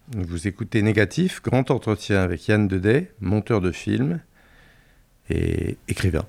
Vous écoutez Négatif, grand entretien avec Yann Deday, monteur de film et écrivain.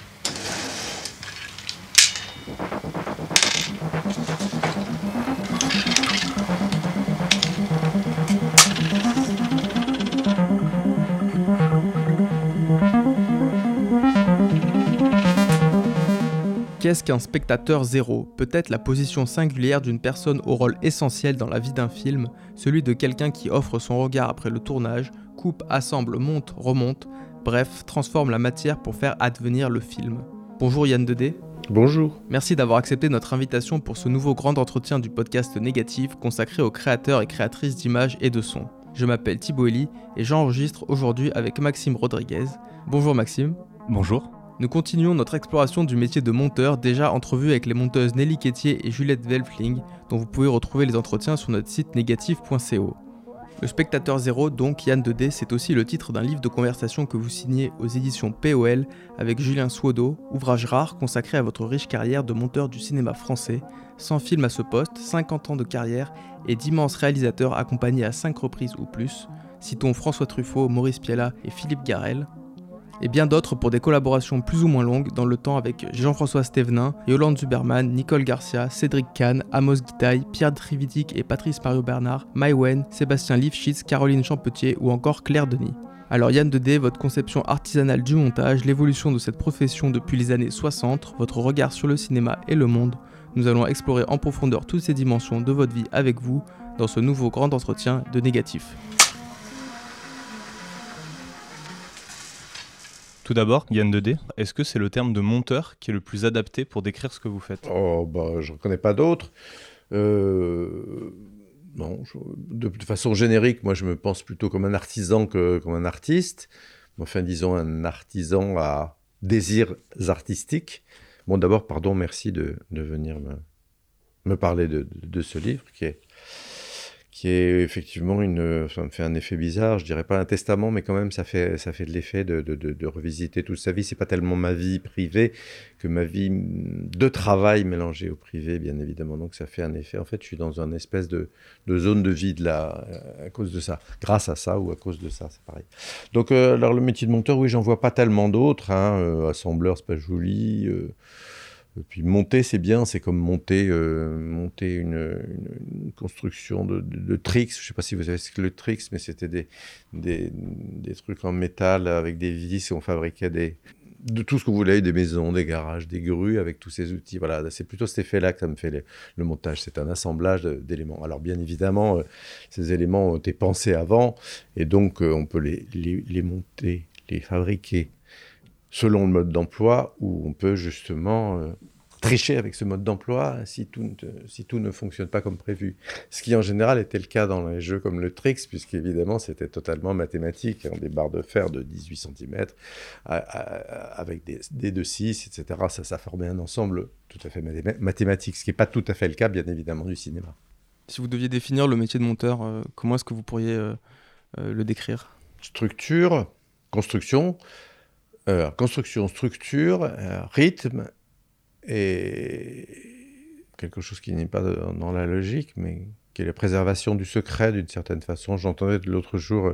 Qu'est-ce qu'un spectateur zéro ? Peut-être la position singulière d'une personne au rôle essentiel dans la vie d'un film, celui de quelqu'un qui offre son regard après le tournage, coupe, assemble, monte, remonte, bref, transforme la matière pour faire advenir le film. Bonjour Yann Deday. Bonjour. Merci d'avoir accepté notre invitation pour ce nouveau grand entretien du podcast Négatif consacré aux créateurs et créatrices d'images et de sons. Je m'appelle Thibaut Elie et j'enregistre aujourd'hui avec Maxime Rodriguez. Bonjour Maxime. Bonjour. Nous continuons notre exploration du métier de monteur, déjà entrevue avec les monteuses Nelly Quétier et Juliette Welfling, dont vous pouvez retrouver les entretiens sur notre site négatif.co. Le spectateur zéro, donc Yann Deday, c'est aussi le titre d'un livre de conversation que vous signez aux éditions POL avec Julien Suodo, ouvrage rare consacré à votre riche carrière de monteur du cinéma français, 100 films à ce poste, 50 ans de carrière et d'immenses réalisateurs accompagnés à 5 reprises ou plus, citons François Truffaut, Maurice Pialat et Philippe Garrel, et bien d'autres pour des collaborations plus ou moins longues dans le temps avec Jean-François Stévenin, Yolande Zuberman, Nicole Garcia, Cédric Kahn, Amos Guitaille, Pierre Trividic et Patrice Mario-Bernard, Maïwen, Sébastien Lifshitz, Caroline Champetier ou encore Claire Denis. Alors Yann Deday, votre conception artisanale du montage, l'évolution de cette profession depuis les années 60, votre regard sur le cinéma et le monde, nous allons explorer en profondeur toutes ces dimensions de votre vie avec vous dans ce nouveau grand entretien de Négatif. Tout d'abord, Yann Deday, est-ce que c'est le terme de monteur qui est le plus adapté pour décrire ce que vous faites ? Je ne connais pas d'autres. Non, de façon générique, moi je me pense plutôt comme un artisan que comme un artiste. Enfin, disons un artisan à désirs artistiques. Bon, d'abord, pardon, merci de venir me parler de ce livre qui est effectivement ça me fait un effet bizarre, je dirais pas un testament, mais quand même ça fait de l'effet de revisiter toute sa vie. C'est pas tellement ma vie privée que ma vie de travail mélangée au privé, bien évidemment. Donc ça fait un effet. En fait, je suis dans une espèce de zone de vide là, à cause de ça, grâce à ça ou à cause de ça, c'est pareil. Donc alors le métier de monteur, oui, j'en vois pas tellement d'autres. Assembleur, c'est pas joli. Puis monter, c'est bien, c'est comme monter une construction de tricks. Je ne sais pas si vous savez ce que le tricks, mais c'était des trucs en métal avec des vis et on fabriquait de tout ce que vous voulez, des maisons, des garages, des grues avec tous ces outils. Voilà, c'est plutôt cet effet-là que ça me fait le montage. C'est un assemblage d'éléments. Alors bien évidemment, ces éléments ont été pensés avant et donc on peut les monter, les fabriquer selon le mode d'emploi, où on peut justement tricher avec ce mode d'emploi si tout ne fonctionne pas comme prévu. Ce qui en général était le cas dans les jeux comme le Trix, puisqu'évidemment c'était totalement mathématique, des barres de fer de 18 cm avec des dés de 6, etc. Ça formait un ensemble tout à fait mathématique, ce qui n'est pas tout à fait le cas, bien évidemment, du cinéma. Si vous deviez définir le métier de monteur, comment est-ce que vous pourriez le décrire ? Structure, construction, structure, rythme et quelque chose qui n'est pas dans la logique, mais qui est la préservation du secret d'une certaine façon. J'entendais l'autre jour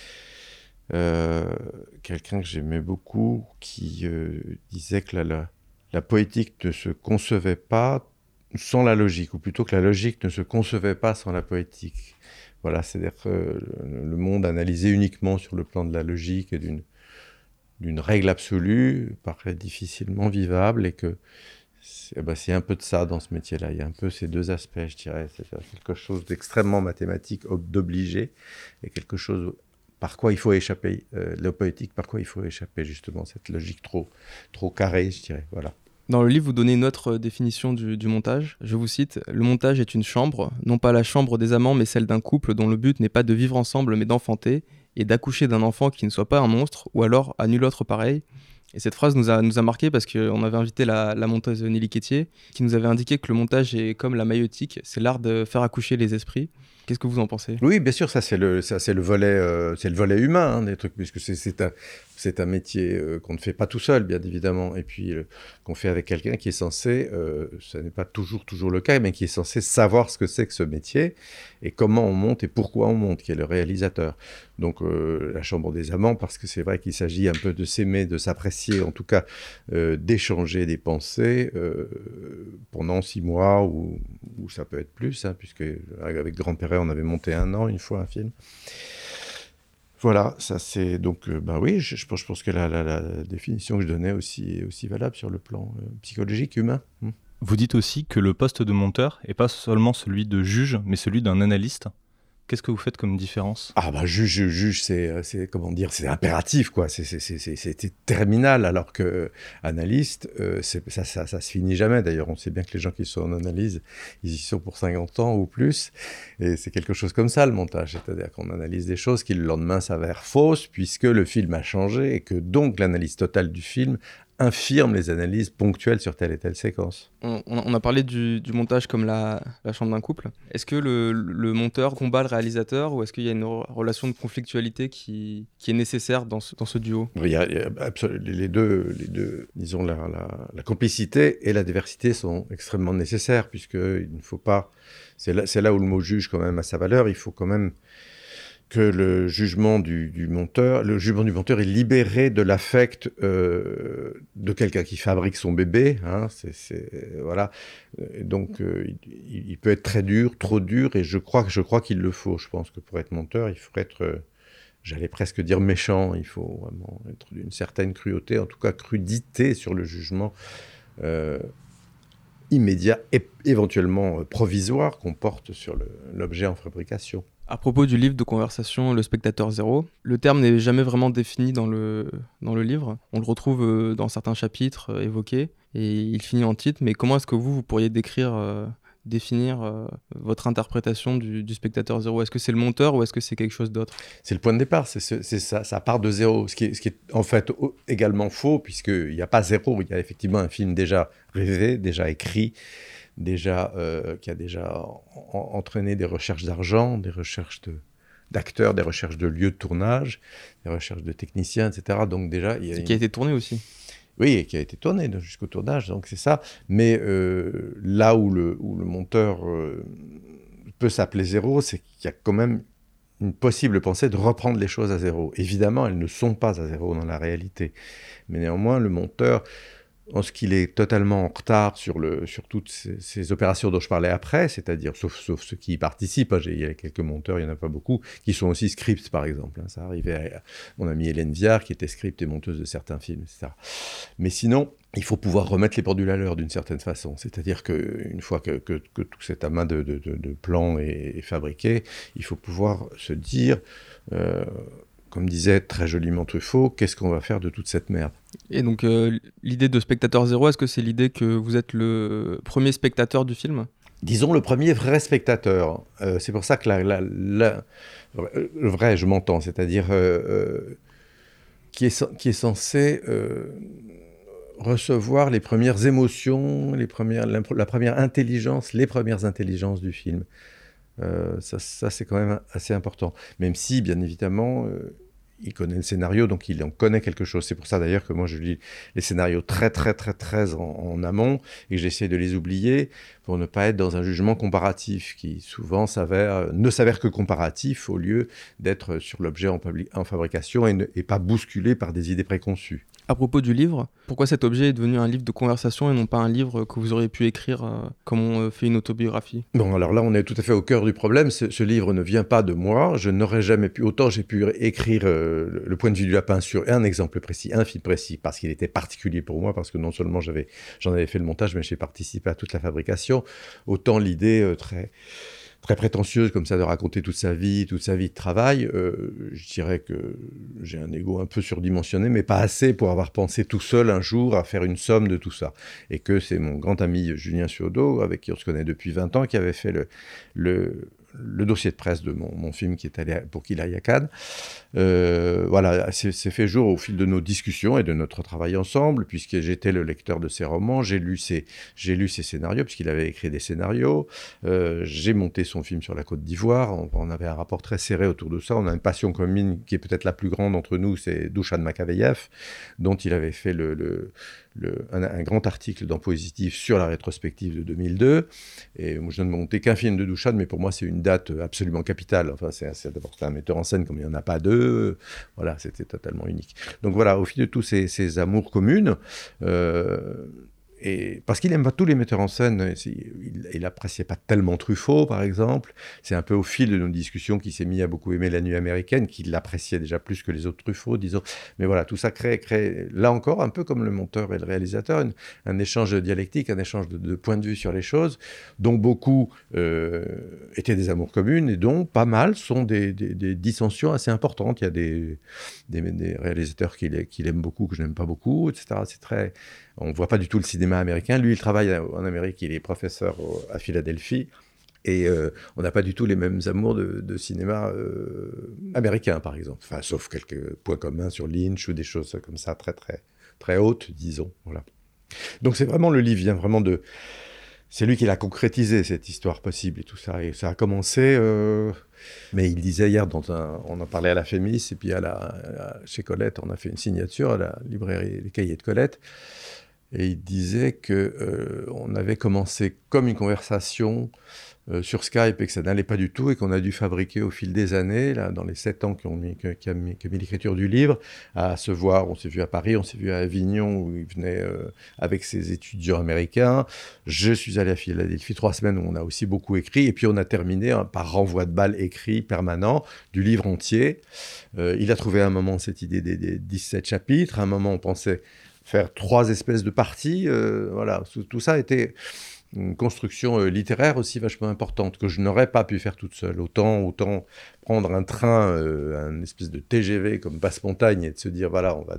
quelqu'un que j'aimais beaucoup qui disait que la poétique ne se concevait pas sans la logique, ou plutôt que la logique ne se concevait pas sans la poétique. Voilà, c'est-à-dire que le monde analysé uniquement sur le plan de la logique et d'une règle absolue paraît difficilement vivable et que c'est un peu de ça dans ce métier-là. Il y a un peu ces deux aspects, je dirais. C'est quelque chose d'extrêmement mathématique, d'obligé, et quelque chose par quoi il faut échapper. Le poétique, par quoi il faut échapper, justement, cette logique trop carrée, je dirais. Voilà. Dans le livre, vous donnez une autre définition du montage. Je vous cite « Le montage est une chambre, non pas la chambre des amants, mais celle d'un couple dont le but n'est pas de vivre ensemble, mais d'enfanter, et d'accoucher d'un enfant qui ne soit pas un monstre, ou alors à nul autre pareil. » Et cette phrase nous a marqué parce qu'on avait invité la monteuse Nelly Quétier, qui nous avait indiqué que le montage est comme la maïeutique, c'est l'art de faire accoucher les esprits. Qu'est-ce que vous en pensez ? Oui, bien sûr, ça c'est le volet humain des trucs, puisque c'est un métier qu'on ne fait pas tout seul, bien évidemment, et puis qu'on fait avec quelqu'un qui est censé, ça n'est pas toujours le cas, mais qui est censé savoir ce que c'est que ce métier, et comment on monte et pourquoi on monte, qui est le réalisateur. Donc la Chambre des Amants, parce que c'est vrai qu'il s'agit un peu de s'aimer, de s'apprécier, en tout cas d'échanger des pensées pendant 6 mois, ou ça peut être plus, puisque avec Grand Perret, on avait monté 1 an, une fois, un film. Voilà, ça c'est donc, oui, je pense que la définition que je donnais aussi est aussi valable sur le plan psychologique, humain. Vous dites aussi que le poste de monteur n'est pas seulement celui de juge, mais celui d'un analyste. Qu'est-ce que vous faites comme différence ? Juge, c'est comment dire, c'est impératif, quoi. C'est terminal, alors que analyste, ça se finit jamais. D'ailleurs, on sait bien que les gens qui sont en analyse, ils y sont pour 50 ans ou plus. Et c'est quelque chose comme ça, le montage. C'est-à-dire qu'on analyse des choses qui, le lendemain, s'avèrent fausses, puisque le film a changé, et que donc l'analyse totale du film infirme les analyses ponctuelles sur telle et telle séquence. On a parlé du montage comme la chambre d'un couple. Est-ce que le monteur combat le réalisateur, ou est-ce qu'il y a une relation de conflictualité qui est nécessaire dans ce duo ? Il y a les deux, disons, la complicité et la diversité sont extrêmement nécessaires, puisqu'il ne faut pas... C'est là où le mot juge quand même a sa valeur. Il faut quand même que le jugement du monteur est libéré de l'affect de quelqu'un qui fabrique son bébé. Voilà. Donc, il peut être très dur, trop dur, et je crois qu'il le faut. Je pense que pour être monteur, il faut être, j'allais presque dire méchant. Il faut vraiment être d'une certaine cruauté, en tout cas crudité sur le jugement immédiat et éventuellement provisoire qu'on porte sur l'objet en fabrication. À propos du livre de conversation Le Spectateur Zéro, le terme n'est jamais vraiment défini dans le livre. On le retrouve dans certains chapitres évoqués, et il finit en titre. Mais comment est-ce que vous pourriez définir votre interprétation du Spectateur Zéro ? Est-ce que c'est le monteur, ou est-ce que c'est quelque chose d'autre ? C'est le point de départ, c'est ça part de zéro, ce qui est en fait également faux, puisqu'il n'y a pas zéro, il y a effectivement un film déjà rêvé, déjà écrit, qui a déjà entraîné des recherches d'argent, des recherches d'acteurs, des recherches de lieux de tournage, des recherches de techniciens, etc. Donc déjà, qui a été tourné aussi. Oui, et qui a été tourné jusqu'au tournage, donc c'est ça. Mais là où le monteur peut s'appeler zéro, c'est qu'il y a quand même une possible pensée de reprendre les choses à zéro. Évidemment, elles ne sont pas à zéro dans la réalité. Mais néanmoins, le monteur, en ce qu'il est totalement en retard sur toutes ces opérations dont je parlais après, c'est-à-dire, sauf ceux qui y participent, il y a quelques monteurs, il n'y en a pas beaucoup, qui sont aussi scripts, par exemple. Ça arrivait à mon amie Hélène Viard, qui était script et monteuse de certains films, etc. Mais sinon, il faut pouvoir remettre les pendules à l'heure d'une certaine façon. C'est-à-dire qu'une fois que tout cet amas de plans est fabriqué, il faut pouvoir se dire... comme disait très joliment Truffaut, qu'est-ce qu'on va faire de toute cette merde ? Et donc, l'idée de Spectateur Zéro, est-ce que c'est l'idée que vous êtes le premier spectateur du film ? Disons le premier vrai spectateur. C'est pour ça que le vrai, je m'entends, c'est-à-dire qui est censé recevoir les premières émotions, la première intelligence, les premières intelligences du film. Ça, c'est quand même assez important. Même si, bien évidemment, il connaît le scénario, donc il en connaît quelque chose. C'est pour ça, d'ailleurs, que moi, je lis les scénarios très, très, très, très en amont, et que j'essaie de les oublier pour ne pas être dans un jugement comparatif, qui souvent ne s'avère que comparatif, au lieu d'être sur l'objet en fabrication et pas bousculé par des idées préconçues. À propos du livre, pourquoi cet objet est devenu un livre de conversation et non pas un livre que vous auriez pu écrire comme on fait une autobiographie ? Bon, alors là, on est tout à fait au cœur du problème. Ce livre ne vient pas de moi. Je n'aurais jamais pu... Autant j'ai pu écrire le point de vue du lapin sur un exemple précis, un film précis, parce qu'il était particulier pour moi, parce que non seulement j'en avais fait le montage, mais j'ai participé à toute la fabrication. Autant l'idée très prétentieuse comme ça de raconter toute sa vie de travail, je dirais que j'ai un ego un peu surdimensionné, mais pas assez pour avoir pensé tout seul un jour à faire une somme de tout ça. Et que c'est mon grand ami Julien Ciodo, avec qui on se connaît depuis 20 ans, qui avait fait le le dossier de presse de mon film qui est allé pour qu'il aille à Cannes. Voilà, c'est fait jour au fil de nos discussions et de notre travail ensemble, puisque j'étais le lecteur de ses romans, j'ai lu ses scénarios, puisqu'il avait écrit des scénarios, j'ai monté son film sur la Côte d'Ivoire, on avait un rapport très serré autour de ça, on a une passion commune qui est peut-être la plus grande entre nous, c'est Dusan Makaveyev, dont il avait fait un grand article dans Positif sur la rétrospective de 2002, et moi, je ne montais qu'un film de Dusan, mais pour moi c'est une date absolument capitale, enfin c'est un metteur en scène comme il n'y en a pas deux, voilà, c'était totalement unique. Donc voilà, au fil de tous ces amours communes, et parce qu'il n'aime pas tous les metteurs en scène, il n'appréciait pas tellement Truffaut, par exemple. C'est un peu au fil de nos discussions qu'il s'est mis à beaucoup aimer La Nuit américaine, qu'il l'appréciait déjà plus que les autres Truffaut, disons. Mais voilà, tout ça crée là encore, un peu comme le monteur et le réalisateur, un échange dialectique, un échange de points de vue sur les choses, dont beaucoup étaient des amours communes et dont pas mal sont des dissensions assez importantes. Il y a des réalisateurs qu'il aime beaucoup, que je n'aime pas beaucoup, etc. C'est très... On ne voit pas du tout le cinéma américain. Lui, il travaille en Amérique, il est professeur à Philadelphie. Et on n'a pas du tout les mêmes amours de cinéma américain, par exemple. Enfin, sauf quelques points communs sur Lynch ou des choses comme ça, très, très, très hautes, disons. Voilà. Donc c'est vraiment, le livre vient vraiment de... C'est lui qui l'a concrétisé, cette histoire possible et tout ça. Et ça a commencé... Mais il disait hier, on en parlait à la Fémis, et puis chez Colette, on a fait une signature à la librairie Les Cahiers de Colette. Et il disait qu'on avait commencé comme une conversation sur Skype et que ça n'allait pas du tout et qu'on a dû fabriquer au fil des années, là, dans les 7 ans qu'a mis l'écriture du livre, à se voir. On s'est vu à Paris, on s'est vu à Avignon où il venait avec ses étudiants américains. Je suis allé à Philadelphie 3 semaines où on a aussi beaucoup écrit et puis on a terminé par renvoi de balles écrit permanent du livre entier. Il a trouvé à un moment cette idée des 17 chapitres. À un moment, on pensait faire 3 espèces de parties. Voilà, tout ça était une construction littéraire aussi vachement importante que je n'aurais pas pu faire toute seule. Autant prendre un train, un espèce de TGV comme Basse-Montagne et de se dire, voilà, on va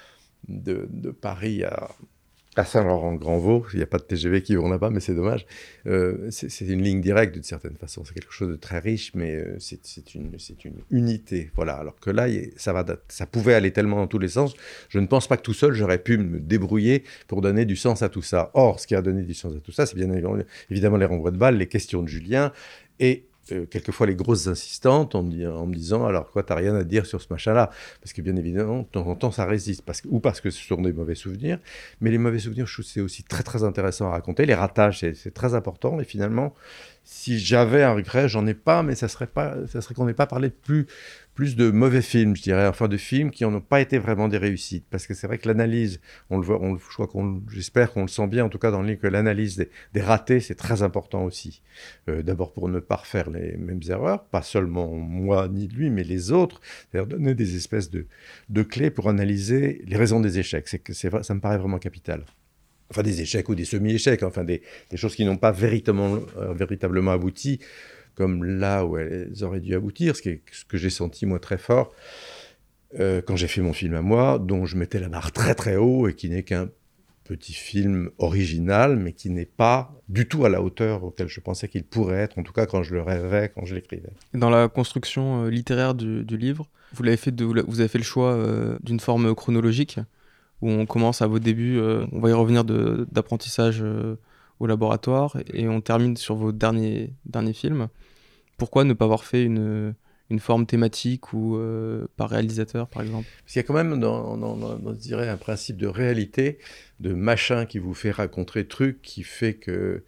de Paris à Saint-Laurent-Grand-Vaux. Il n'y a pas de TGV qui vont là-bas, mais c'est dommage. C'est une ligne directe d'une certaine façon. C'est quelque chose de très riche, mais c'est une unité. Voilà. Alors que là, ça pouvait aller tellement dans tous les sens. Je ne pense pas que tout seul, j'aurais pu me débrouiller pour donner du sens à tout ça. Or, ce qui a donné du sens à tout ça, c'est bien évidemment les renvois de balles, les questions de Julien et quelquefois les grosses insistantes en me disant, alors quoi, t'as rien à dire sur ce machin-là, parce que bien évidemment, de temps en temps, ça résiste, parce que ce sont des mauvais souvenirs, mais les mauvais souvenirs, je trouve que c'est aussi très très intéressant à raconter, les ratages, c'est très important, et finalement, si j'avais un regret, j'en ai pas, mais ça serait qu'on n'ait pas parlé de plus de mauvais films, je dirais, enfin de films qui n'ont pas été vraiment des réussites, parce que c'est vrai que l'analyse, on le voit, j'espère qu'on le sent bien, en tout cas dans le livre, que l'analyse des ratés, c'est très important aussi. D'abord pour ne pas refaire les mêmes erreurs, pas seulement moi ni lui, mais les autres, c'est-à-dire donner des espèces de clés pour analyser les raisons des échecs. Ça me paraît vraiment capital. Enfin, des échecs ou des semi-échecs, enfin des choses qui n'ont pas véritablement abouti, comme là où elles auraient dû aboutir, ce que j'ai senti moi très fort quand j'ai fait mon film à moi, dont je mettais la barre très très haut et qui n'est qu'un petit film original, mais qui n'est pas du tout à la hauteur auquel je pensais qu'il pourrait être, en tout cas quand je le rêvais, quand je l'écrivais. Dans la construction littéraire du livre, vous avez fait le choix d'une forme chronologique, où on commence à vos débuts, on va y revenir d'apprentissage au laboratoire, et on termine sur vos derniers films. Pourquoi ne pas avoir fait une forme thématique ou par réalisateur, par exemple? Parce qu'il y a quand même, je dirais, un principe de réalité, de machin qui vous fait raconter truc, qui fait que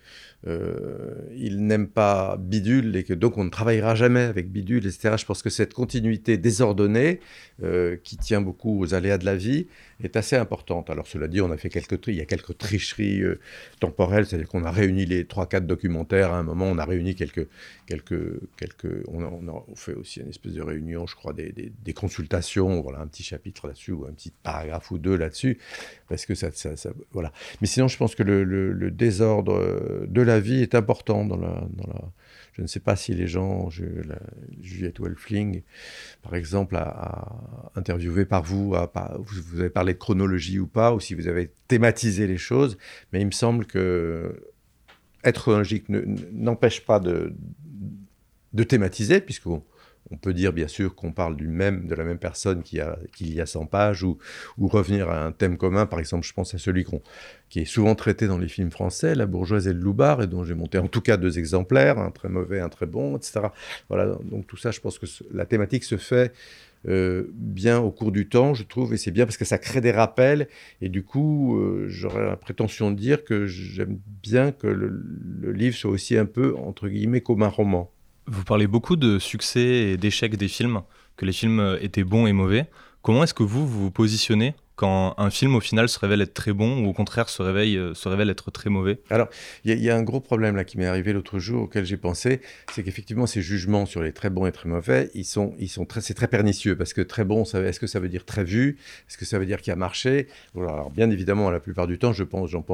il n'aime pas Bidule et que donc on ne travaillera jamais avec Bidule, etc. Je pense que cette continuité désordonnée qui tient beaucoup aux aléas de la vie est assez importante. Alors cela dit, on a fait il y a quelques tricheries temporelles, c'est-à-dire qu'on a réuni les 3-4 documentaires à un moment, on a réuni on fait aussi une espèce de réunion, je crois, des consultations, voilà, un petit chapitre là-dessus ou un petit paragraphe ou deux là-dessus, parce que ça voilà. Mais sinon, je pense que le désordre de la vie est important dans la... Je ne sais pas si les gens, Juliette Wölfling, par exemple, a interviewé par vous, vous avez parlé de chronologie ou pas, ou si vous avez thématisé les choses, mais il me semble que être chronologique n'empêche pas de thématiser, puisqu'on peut dire bien sûr qu'on parle de la même personne qu'il y a 100 pages, ou revenir à un thème commun. Par exemple, je pense à celui qui est souvent traité dans les films français, La bourgeoise et le loupard, et dont j'ai monté en tout cas 2 exemplaires, un très mauvais, un très bon, etc. Voilà, donc tout ça, je pense que la thématique se fait bien au cours du temps, je trouve, et c'est bien parce que ça crée des rappels, et du coup, j'aurais la prétention de dire que j'aime bien que le livre soit aussi un peu, entre guillemets, comme un roman. Vous parlez beaucoup de succès et d'échecs des films, que les films étaient bons et mauvais. Comment est-ce que vous vous positionnez quand un film au final se révèle être très bon, ou au contraire se révèle être très mauvais? Alors, il y a un gros problème là qui m'est arrivé l'autre jour, auquel j'ai pensé, c'est qu'effectivement ces jugements sur les très bons et très mauvais, c'est très pernicieux, parce que très bon, est-ce que ça veut dire très vu? Est-ce que ça veut dire qu'il a marché? Voilà, alors bien évidemment, la plupart du temps, je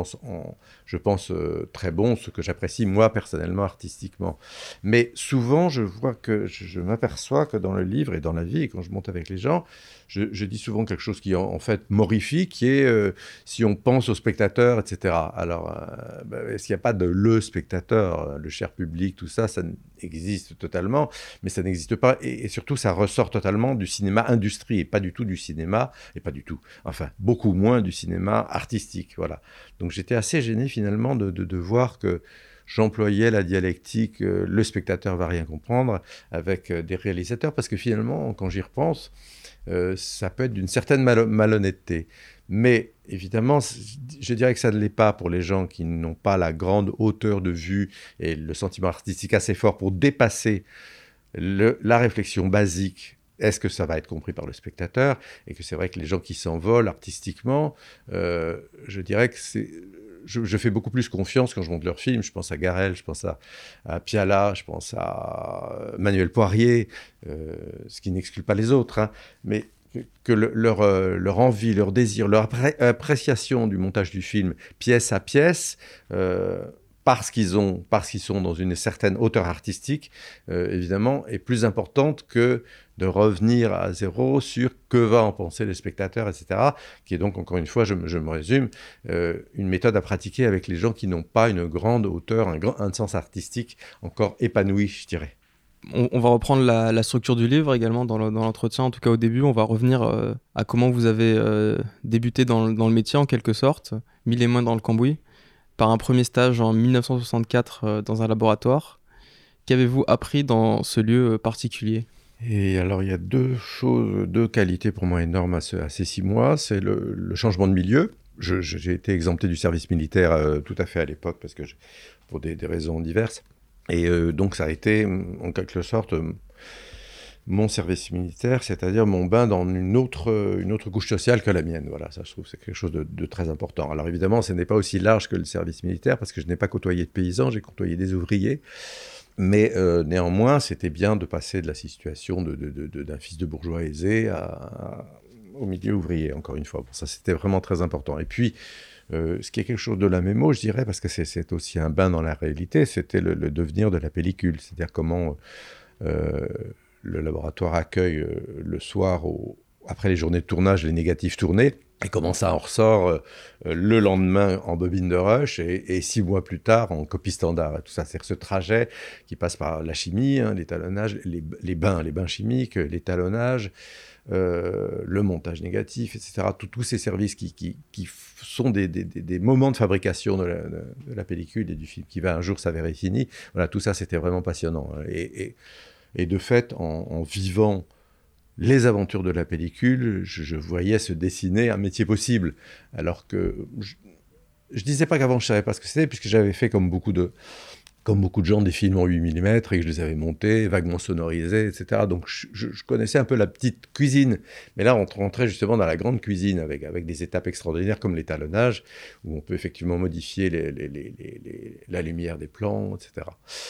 pense très bon, ce que j'apprécie moi personnellement, artistiquement. Mais souvent, je m'aperçois que dans le livre et dans la vie, et quand je monte avec les gens, je dis souvent quelque chose qui en fait m'horrifie, qui est si on pense au spectateur, etc. Alors, est-ce qu'il n'y a pas de le spectateur, le cher public, tout ça, ça existe totalement, mais ça n'existe pas, et surtout ça ressort totalement du cinéma industrie, et pas du tout du cinéma, et pas du tout, enfin beaucoup moins du cinéma artistique, voilà. Donc j'étais assez gêné finalement de voir que j'employais la dialectique le spectateur va rien comprendre avec des réalisateurs, parce que finalement, quand j'y repense, ça peut être d'une certaine malhonnêteté. Mais évidemment, je dirais que ça ne l'est pas pour les gens qui n'ont pas la grande hauteur de vue et le sentiment artistique assez fort pour dépasser la réflexion basique. Est-ce que ça va être compris par le spectateur? Et que c'est vrai que les gens qui s'envolent artistiquement, je dirais que je fais beaucoup plus confiance quand je monte leurs films. Je pense à Garel, je pense à Piala, je pense à Manuel Poirier, ce qui n'exclut pas les autres, hein, mais que leur envie, leur désir, leur appréciation du montage du film, pièce à pièce, parce qu'ils sont dans une certaine hauteur artistique, évidemment, est plus importante que de revenir à zéro sur que va en penser le spectateur, etc., qui est donc, encore une fois, je me résume, une méthode à pratiquer avec les gens qui n'ont pas une grande hauteur, un sens artistique encore épanoui, je dirais. On va reprendre la structure du livre également dans l'entretien. En tout cas, au début, on va revenir à comment vous avez débuté dans le métier, en quelque sorte, mis les mains dans le cambouis, par un premier stage en 1964 dans un laboratoire. Qu'avez-vous appris dans ce lieu particulier ? Et alors, il y a 2 qualités pour moi énormes à ces 6 mois. C'est le changement de milieu. J'ai été exempté du service militaire tout à fait à l'époque, parce que pour des raisons diverses. Et donc, ça a été, en quelque sorte, mon service militaire, c'est-à-dire mon bain dans une autre couche sociale que la mienne. Voilà, ça, je trouve, c'est quelque chose de très important. Alors, évidemment, ce n'est pas aussi large que le service militaire, parce que je n'ai pas côtoyé de paysans, j'ai côtoyé des ouvriers. Mais néanmoins, c'était bien de passer de la situation d'un fils de bourgeois aisé au milieu ouvrier, encore une fois. Bon, ça, c'était vraiment très important. Et puis, ce qui est quelque chose de la mémo, je dirais, parce que c'est aussi un bain dans la réalité, c'était le devenir de la pellicule. C'est-à-dire comment le laboratoire accueille le soir, après les journées de tournage, les négatifs tournés, et comment ça en ressort le lendemain en bobine de rush, et 6 mois plus tard en copie standard. Et tout ça, c'est ce trajet qui passe par la chimie, hein, l'étalonnage, les bains chimiques, l'étalonnage, le montage négatif, etc. Tous ces services qui sont des moments de fabrication de la pellicule et du film qui va un jour s'avérer fini. Voilà, tout ça, c'était vraiment passionnant. Et de fait, en vivant les aventures de la pellicule, je voyais se dessiner un métier possible. Alors que je disais pas qu'avant je savais pas ce que c'était, puisque j'avais fait comme beaucoup de gens des films en 8 mm, et que je les avais montés, vaguement sonorisés, etc. Donc je connaissais un peu la petite cuisine. Mais là, on rentrait justement dans la grande cuisine avec des étapes extraordinaires comme l'étalonnage, où on peut effectivement modifier la lumière des plans, etc.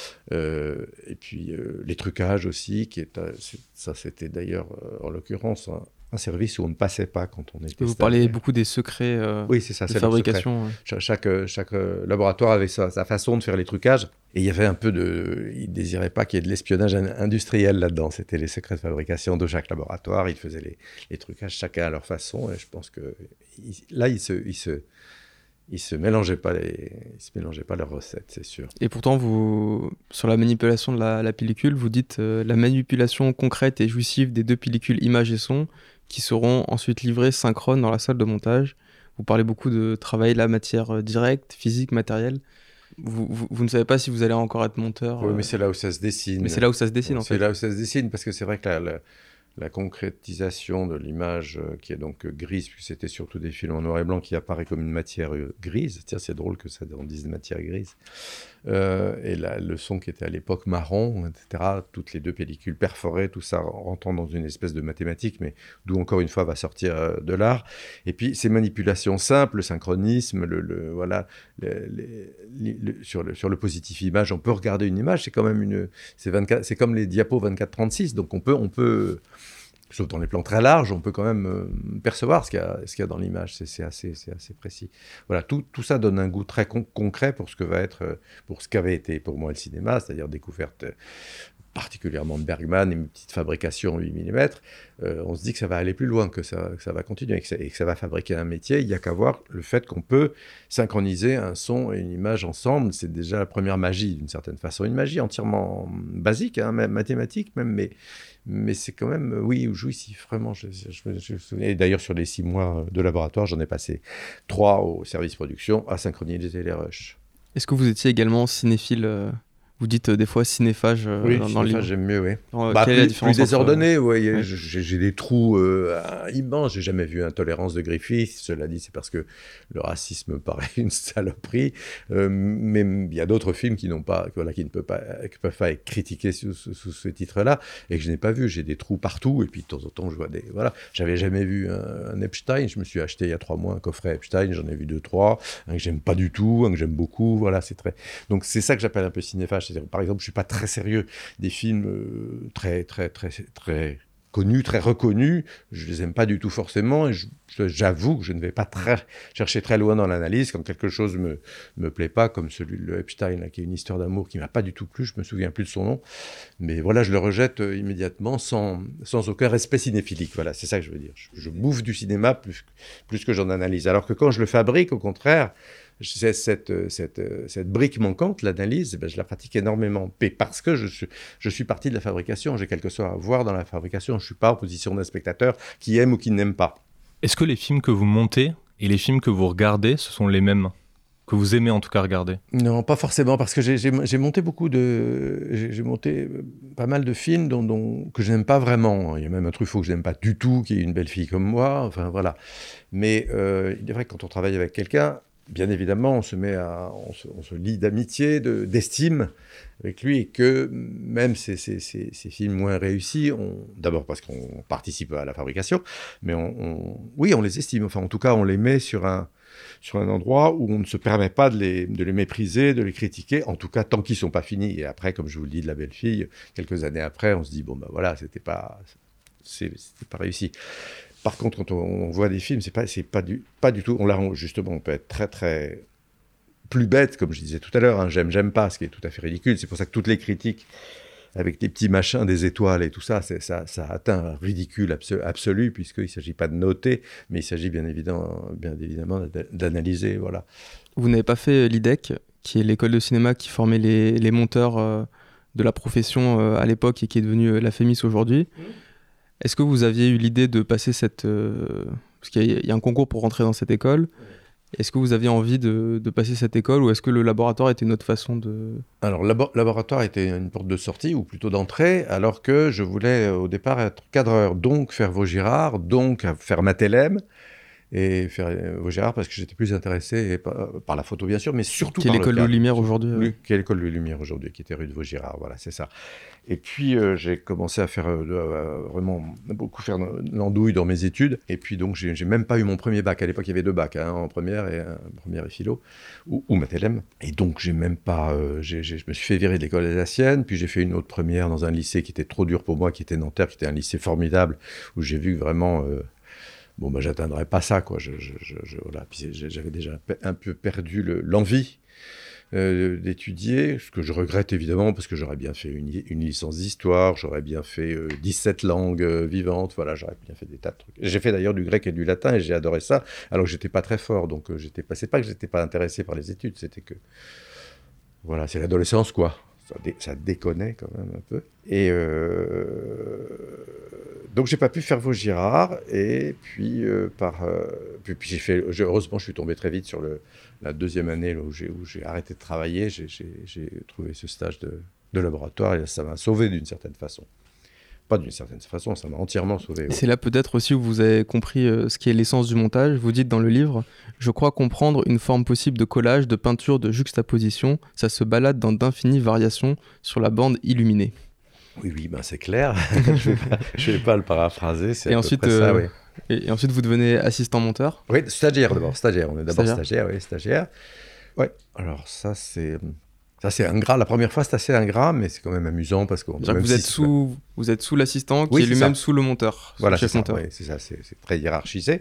Et puis les trucages aussi, ça c'était d'ailleurs en l'occurrence un service où on ne passait pas quand on était... Vous parlez beaucoup des secrets oui, c'est ça, de fabrication. Chaque laboratoire avait sa façon de faire les trucages. Et il y avait un peu ils ne désiraient pas qu'il y ait de l'espionnage industriel là-dedans. C'était les secrets de fabrication de chaque laboratoire. Ils faisaient les trucages chacun à leur façon. Et je pense que là, ils Ils se mélangeaient pas leurs recettes, c'est sûr. Et pourtant, sur la manipulation de la pellicule, vous dites la manipulation concrète et jouissive des deux pellicules images et son qui seront ensuite livrées synchrones dans la salle de montage. Vous parlez beaucoup de travailler la matière directe, physique, matérielle. Vous ne savez pas si vous allez encore être monteur. Oui, mais c'est là où ça se dessine. Mais c'est là où ça se dessine, en fait. C'est là où ça se dessine, parce que c'est vrai que la concrétisation de l'image qui est donc grise, puisque c'était surtout des films en noir et blanc qui apparaît comme une matière grise. Tiens, c'est drôle que ça on dise matière grise. Et le son qui était à l'époque marron, etc. Toutes les deux pellicules perforées, tout ça rentrant dans une espèce de mathématique, mais d'où encore une fois va sortir de l'art. Et puis ces manipulations simples, le synchronisme, sur le positif image, on peut regarder une image, c'est quand même c'est comme les diapos 24-36, donc on peut sauf dans les plans très larges, on peut quand même percevoir ce qu'il y a dans l'image. C'est assez précis. Voilà, tout ça donne un goût très concret pour ce qu'avait été pour moi le cinéma, c'est-à-dire découverte particulièrement de Bergman et une petite fabrication 8 mm. On se dit que ça va aller plus loin, que ça va continuer et que ça va fabriquer un métier. Il n'y a qu'à voir le fait qu'on peut synchroniser un son et une image ensemble. C'est déjà la première magie, d'une certaine façon. Une magie entièrement basique, même mathématique même, mais c'est quand même, oui, jouissif, vraiment. Je me souviens. Et d'ailleurs, sur les 6 mois de laboratoire, j'en ai passé 3 au service production à synchroniser les rushs. Est-ce que vous étiez également cinéphile Vous dites des fois cinéphage oui, dans le livre. J'aime mieux, oui. Quelle est la différence plus désordonné, ouais. J'ai des trous immenses. J'ai jamais vu Intolérance de Griffith. Cela dit, c'est parce que le racisme paraît une saloperie. Mais il y a d'autres films qui ne peuvent pas être critiqués sous ce titre-là et que je n'ai pas vu. J'ai des trous partout et puis de temps en temps, je vois des... Voilà. J'avais jamais vu un Epstein. Je me suis acheté il y a 3 mois un coffret Epstein. J'en ai vu 2-3. Un que j'aime pas du tout, un que j'aime beaucoup. Voilà, donc c'est ça que j'appelle un peu cinéphage. Par exemple, je ne suis pas très sérieux des films très, très, très, très connus, très reconnus. Je ne les aime pas du tout forcément. Et j'avoue que je ne vais pas chercher très loin dans l'analyse. Quand quelque chose ne me plaît pas, comme celui de Epstein, là, qui est une histoire d'amour qui ne m'a pas du tout plu, je ne me souviens plus de son nom. Mais voilà, je le rejette immédiatement sans aucun respect cinéphilique. Voilà, c'est ça que je veux dire. Je bouffe du cinéma plus que j'en analyse. Alors que quand je le fabrique, au contraire, cette brique manquante, l'analyse, je la pratique énormément. Parce que je suis partie de la fabrication. J'ai quelque chose à voir dans la fabrication. Je ne suis pas en position d'un spectateur qui aime ou qui n'aime pas. Est-ce que les films que vous montez et les films que vous regardez, ce sont les mêmes ? Que vous aimez en tout cas regarder ? Non, pas forcément, parce que j'ai monté pas mal de films que je n'aime pas vraiment. Il y a même un Truffaut que je n'aime pas du tout, qui est Une belle fille comme moi. Enfin voilà. Mais il est vrai que quand on travaille avec quelqu'un, bien évidemment, on se lie d'amitié, d'estime avec lui, et que même ces films moins réussis, d'abord parce qu'on participe à la fabrication, mais on les estime. Enfin, en tout cas, on les met sur un endroit où on ne se permet pas de les mépriser, de les critiquer, en tout cas tant qu'ils ne sont pas finis. Et après, comme je vous le dis, de La belle fille, quelques années après, on se dit, bon, ben voilà, c'était pas réussi. Par contre, quand on voit des films, c'est pas du tout. Justement, on peut être très, très plus bête, comme je disais tout à l'heure. Hein, j'aime pas, ce qui est tout à fait ridicule. C'est pour ça que toutes les critiques avec les petits machins, des étoiles et tout ça, ça atteint un ridicule absolu, puisqu'il ne s'agit pas de noter, mais il s'agit bien évidemment d'analyser. Voilà. Vous n'avez pas fait l'IDEC, qui est l'école de cinéma qui formait les monteurs de la profession à l'époque et qui est devenue la FEMIS aujourd'hui. Est-ce que vous aviez eu l'idée de passer parce qu'il y a un concours pour rentrer dans cette école. Est-ce que vous aviez envie de passer cette école ou est-ce que le laboratoire était une autre façon de... Alors, le laboratoire était une porte de sortie ou plutôt d'entrée, alors que je voulais au départ être cadreur, donc faire Vaugirard, donc faire Matélème, et faire Vaugirard parce que j'étais plus intéressé par la photo bien sûr, mais surtout par le cadre. Quelle école de Lumière aujourd'hui Quelle école de Lumière aujourd'hui, qui était rue de Vaugirard, voilà, c'est ça. Et puis j'ai commencé à faire vraiment beaucoup faire l'andouille dans mes études, et puis donc j'ai même pas eu mon premier bac. À l'époque il y avait 2 bacs, en première et philo, ou Matélème. Et donc j'ai même pas, je me suis fait virer de l'école alsacienne, puis j'ai fait une autre première dans un lycée qui était trop dur pour moi, qui était Nanterre, qui était un lycée formidable, où j'ai vu que vraiment... j'atteindrais pas ça, quoi. Voilà. Puis j'avais déjà un peu perdu l'envie d'étudier, ce que je regrette évidemment, parce que j'aurais bien fait une licence d'histoire, j'aurais bien fait 17 langues vivantes, voilà, j'aurais bien fait des tas de trucs. J'ai fait d'ailleurs du grec et du latin, et j'ai adoré ça, alors que j'étais pas très fort, donc c'est pas que j'étais pas intéressé par les études, c'était que, voilà, c'est l'adolescence, quoi. Ça déconnait quand même un peu. Et donc j'ai pas pu faire Vaugirard, et puis puis j'ai fait. Heureusement, je suis tombé très vite sur la deuxième année là, où j'ai arrêté de travailler. J'ai trouvé ce stage de laboratoire, et ça m'a sauvé d'une certaine façon. Pas d'une certaine façon, ça m'a entièrement sauvé. Et c'est là peut-être aussi où vous avez compris ce qui est l'essence du montage. Vous dites dans le livre « Je crois comprendre une forme possible de collage, de peinture, de juxtaposition. Ça se balade dans d'infinies variations sur la bande illuminée. » Oui, ben c'est clair. je vais pas le paraphraser, c'est et à ensuite, peu près ça, oui. Et ensuite, vous devenez assistant monteur. Oui, stagiaire d'abord, stagiaire. On est d'abord stagiaire, oui, stagiaire. Ouais, alors ça c'est ingrat. La première fois, c'est assez ingrat, mais c'est quand même amusant parce que vous êtes sous l'assistant qui est lui-même sous le monteur, voilà, le chef monteur. Oui, c'est ça, c'est très hiérarchisé.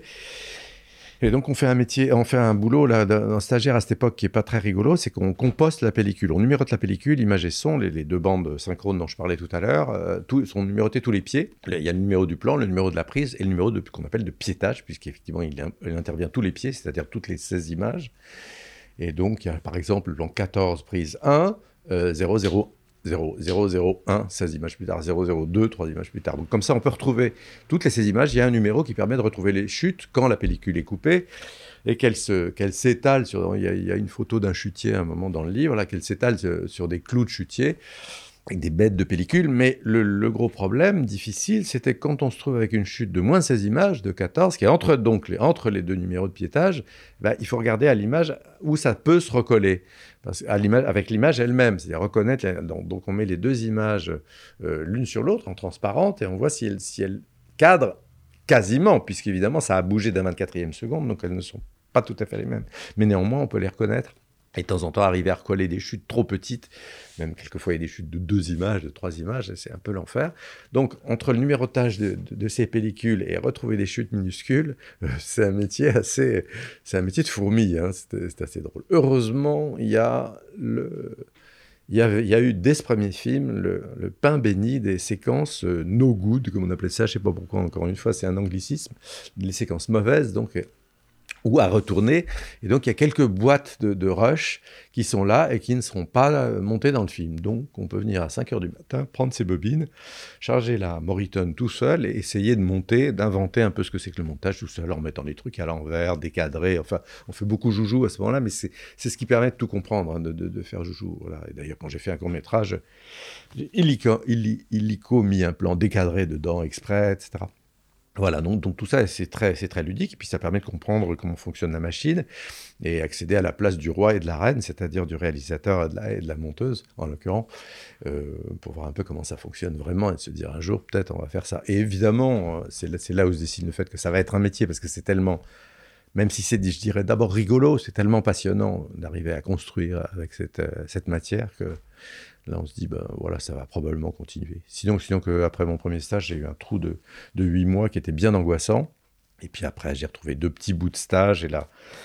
Et donc on fait un boulot là d'un stagiaire à cette époque qui est pas très rigolo, c'est qu'on composte la pellicule, on numérote la pellicule, image et son, les deux bandes synchrones dont je parlais tout à l'heure, sont numérotés tous les pieds. Il y a le numéro du plan, le numéro de la prise et le numéro qu'on appelle de piétage, puisqu'effectivement il intervient tous les pieds, c'est-à-dire toutes les 16 images. Et donc, il y a par exemple le plan 14, prise 1, 0, 0, 0, 0, 0, 1, 16 images plus tard, 0, 0, 2, 3 images plus tard. Donc comme ça, on peut retrouver toutes les 16 images. Il y a un numéro qui permet de retrouver les chutes quand la pellicule est coupée et qu'elle s'étale sur... Il y a une photo d'un chutier à un moment dans le livre, là, qu'elle s'étale sur des clous de chutier, avec des bêtes de pellicule, mais le gros problème difficile, c'était quand on se trouve avec une chute de moins 16 images, de 14, qui est entre les deux numéros de piétage, il faut regarder à l'image où ça peut se recoller, avec l'image elle-même, c'est-à-dire reconnaître, donc on met les deux images l'une sur l'autre, en transparente, et on voit si elles cadrent quasiment, puisqu'évidemment ça a bougé d'un 24e seconde, donc elles ne sont pas tout à fait les mêmes, mais néanmoins on peut les reconnaître. Et de temps en temps, arriver à recoller des chutes trop petites, même quelquefois il y a des chutes de 2 images, de 3 images, c'est un peu l'enfer. Donc, entre le numérotage de ces pellicules et retrouver des chutes minuscules, c'est un métier de fourmi, hein, c'est assez drôle. Heureusement, il y a eu dès ce premier film le pain béni des séquences no good, comme on appelait ça, je ne sais pas pourquoi, encore une fois, c'est un anglicisme, les séquences mauvaises, donc... ou à retourner. Et donc, il y a quelques boîtes de rush qui sont là et qui ne seront pas montées dans le film. Donc, on peut venir à 5h du matin, prendre ses bobines, charger la Moritone tout seul et essayer d'inventer un peu ce que c'est que le montage tout seul, en mettant des trucs à l'envers, décadrés. Enfin, on fait beaucoup joujou à ce moment-là, mais c'est ce qui permet de tout comprendre, hein, de faire joujou. Voilà. Et d'ailleurs, quand j'ai fait un court-métrage, j'ai illico mis un plan décadré dedans, exprès, etc. Voilà, donc tout ça, c'est très ludique, et puis ça permet de comprendre comment fonctionne la machine, et accéder à la place du roi et de la reine, c'est-à-dire du réalisateur et de la monteuse, en l'occurrence, pour voir un peu comment ça fonctionne vraiment, et de se dire un jour, peut-être, on va faire ça. Et évidemment, c'est là où se dessine le fait que ça va être un métier, parce que c'est tellement, même si c'est, je dirais, d'abord rigolo, c'est tellement passionnant d'arriver à construire avec cette matière que... Là, on se dit, voilà, ça va probablement continuer. Sinon qu'après mon premier stage, j'ai eu un trou de 8 mois qui était bien angoissant. Et puis après, j'ai retrouvé 2 petits bouts de stage. Et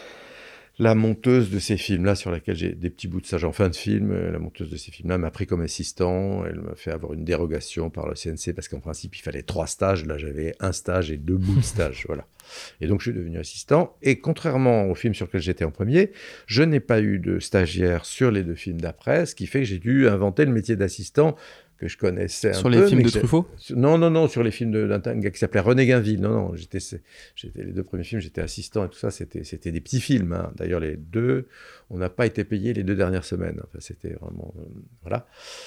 la monteuse de ces films-là, sur laquelle j'ai des petits bouts de stage en fin de film, la monteuse de ces films-là m'a pris comme assistant. Elle m'a fait avoir une dérogation par le CNC parce qu'en principe, il fallait 3 stages. Là, j'avais 1 stage et 2 bouts de stage. Voilà. Et donc, je suis devenu assistant. Et contrairement au film sur lequel j'étais en premier, je n'ai pas eu de stagiaire sur les 2 films d'après, ce qui fait que j'ai dû inventer le métier d'assistant que je connaissais un peu. Sur les films de Truffaut ? Non, sur les films d'un gars qui s'appelait René Gainville. Non, j'étais les 2 premiers films, j'étais assistant et tout ça, c'était des petits films. Hein. D'ailleurs, les 2, on n'a pas été payés les 2 dernières semaines. Enfin, c'était vraiment... voilà.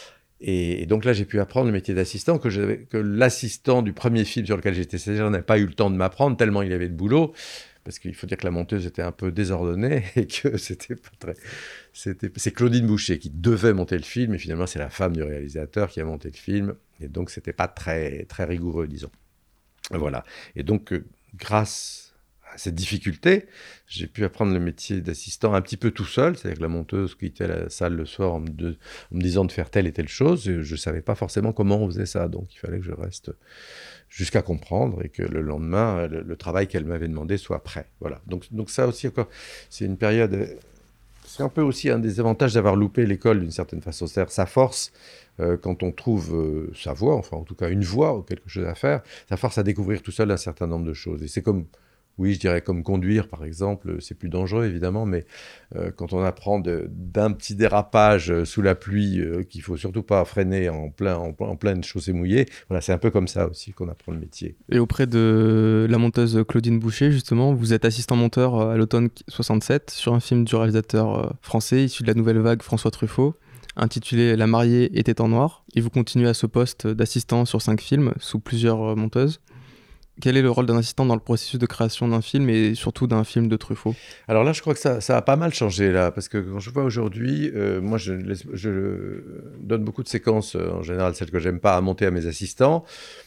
Et donc là, j'ai pu apprendre le métier d'assistant que l'assistant du premier film sur lequel j'étais stagiaire n'avait pas eu le temps de m'apprendre, tellement il avait de boulot. Parce qu'il faut dire que la monteuse était un peu désordonnée et que c'était pas très... C'est Claudine Boucher qui devait monter le film, et finalement, c'est la femme du réalisateur qui a monté le film. Et donc, c'était pas très, très rigoureux, disons. Voilà. Et donc, grâce à cette difficulté, j'ai pu apprendre le métier d'assistant un petit peu tout seul. C'est-à-dire que la monteuse quittait la salle le soir en me disant de faire telle et telle chose. Et je savais pas forcément comment on faisait ça. Donc, il fallait que je reste jusqu'à comprendre et que le lendemain, le travail qu'elle m'avait demandé soit prêt. Voilà. Donc ça aussi, encore, c'est une période... c'est un peu aussi un des avantages d'avoir loupé l'école d'une certaine façon. C'est-à-dire sa force, quand on trouve sa voie, enfin en tout cas une voie ou quelque chose à faire, ça force à découvrir tout seul un certain nombre de choses. Et c'est comme, oui, je dirais comme conduire par exemple, c'est plus dangereux évidemment, mais quand on apprend d'un petit dérapage sous la pluie, qu'il ne faut surtout pas freiner en pleine chaussée mouillée, voilà, c'est un peu comme ça aussi qu'on apprend le métier. Et auprès de la monteuse Claudine Boucher, justement, vous êtes assistant monteur à l'automne 67 sur un film du réalisateur français issu de la nouvelle vague François Truffaut, intitulé La mariée était en noir, et vous continuez à ce poste d'assistant sur 5 films sous plusieurs monteuses. Quel est le rôle d'un assistant dans le processus de création d'un film et surtout d'un film de Truffaut ? Alors là, je crois que ça a pas mal changé là, parce que quand je vois aujourd'hui, moi je donne beaucoup de séquences, en général celles que j'aime pas, à monter à mes assistants.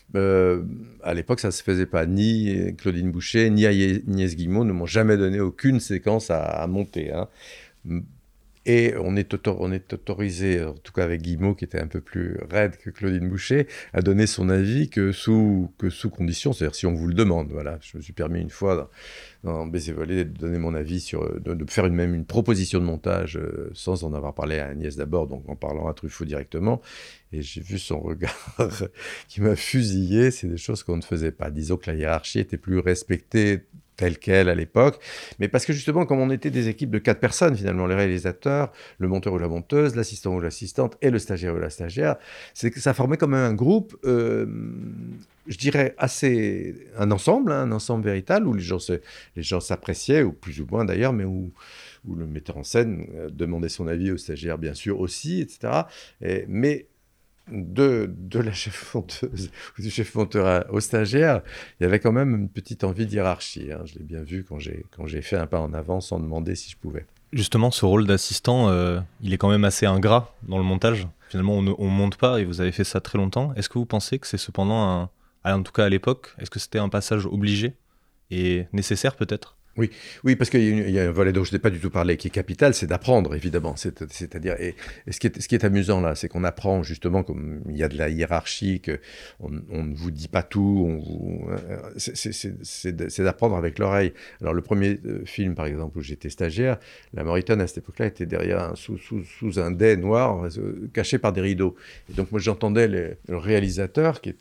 À l'époque, ça se faisait pas. Ni Claudine Boucher, ni Agnès Guillemot ne m'ont jamais donné aucune séquence à monter, hein. Et on est autorisé, en tout cas avec Guillemot, qui était un peu plus raide que Claudine Boucher, à donner son avis que sous condition, c'est-à-dire si on vous le demande. Voilà, je me suis permis une fois dans Baiser volé de donner mon avis de faire même une proposition de montage sans en avoir parlé à Agnès d'abord, donc en parlant à Truffaut directement. Et j'ai vu son regard qui m'a fusillé. C'est des choses qu'on ne faisait pas. Disons que la hiérarchie était plus respectée telle qu'elle à l'époque, mais parce que justement, comme on était des équipes de 4 personnes, finalement, le réalisateur, le monteur ou la monteuse, l'assistant ou l'assistante et le stagiaire ou la stagiaire, c'est que ça formait comme un groupe, je dirais un ensemble véritable, où les gens s'appréciaient, ou plus ou moins d'ailleurs, mais où le metteur en scène demandait son avis au stagiaire, bien sûr, aussi, etc. Mais de la chef monteuse ou du chef monteur au stagiaire, il y avait quand même une petite envie de hiérarchie, hein. Je l'ai bien vu quand j'ai fait un pas en avant sans demander si je pouvais. Justement, ce rôle d'assistant, il est quand même assez ingrat dans le montage. Finalement, on monte pas et vous avez fait ça très longtemps. Est-ce que vous pensez que c'est cependant, en tout cas à l'époque, est-ce que c'était un passage obligé et nécessaire peut-être ? Oui, parce qu'il y a un volet dont je n'ai pas du tout parlé, qui est capital, c'est d'apprendre, évidemment. C'est-à-dire, et ce qui est amusant là, c'est qu'on apprend justement, comme il y a de la hiérarchie, qu'on ne vous dit pas tout, c'est d'apprendre avec l'oreille. Alors, le premier film, par exemple, où j'étais stagiaire, la Mauritanie, à cette époque-là, était derrière, sous un dais noir, caché par des rideaux. Et donc, moi, j'entendais le réalisateur qui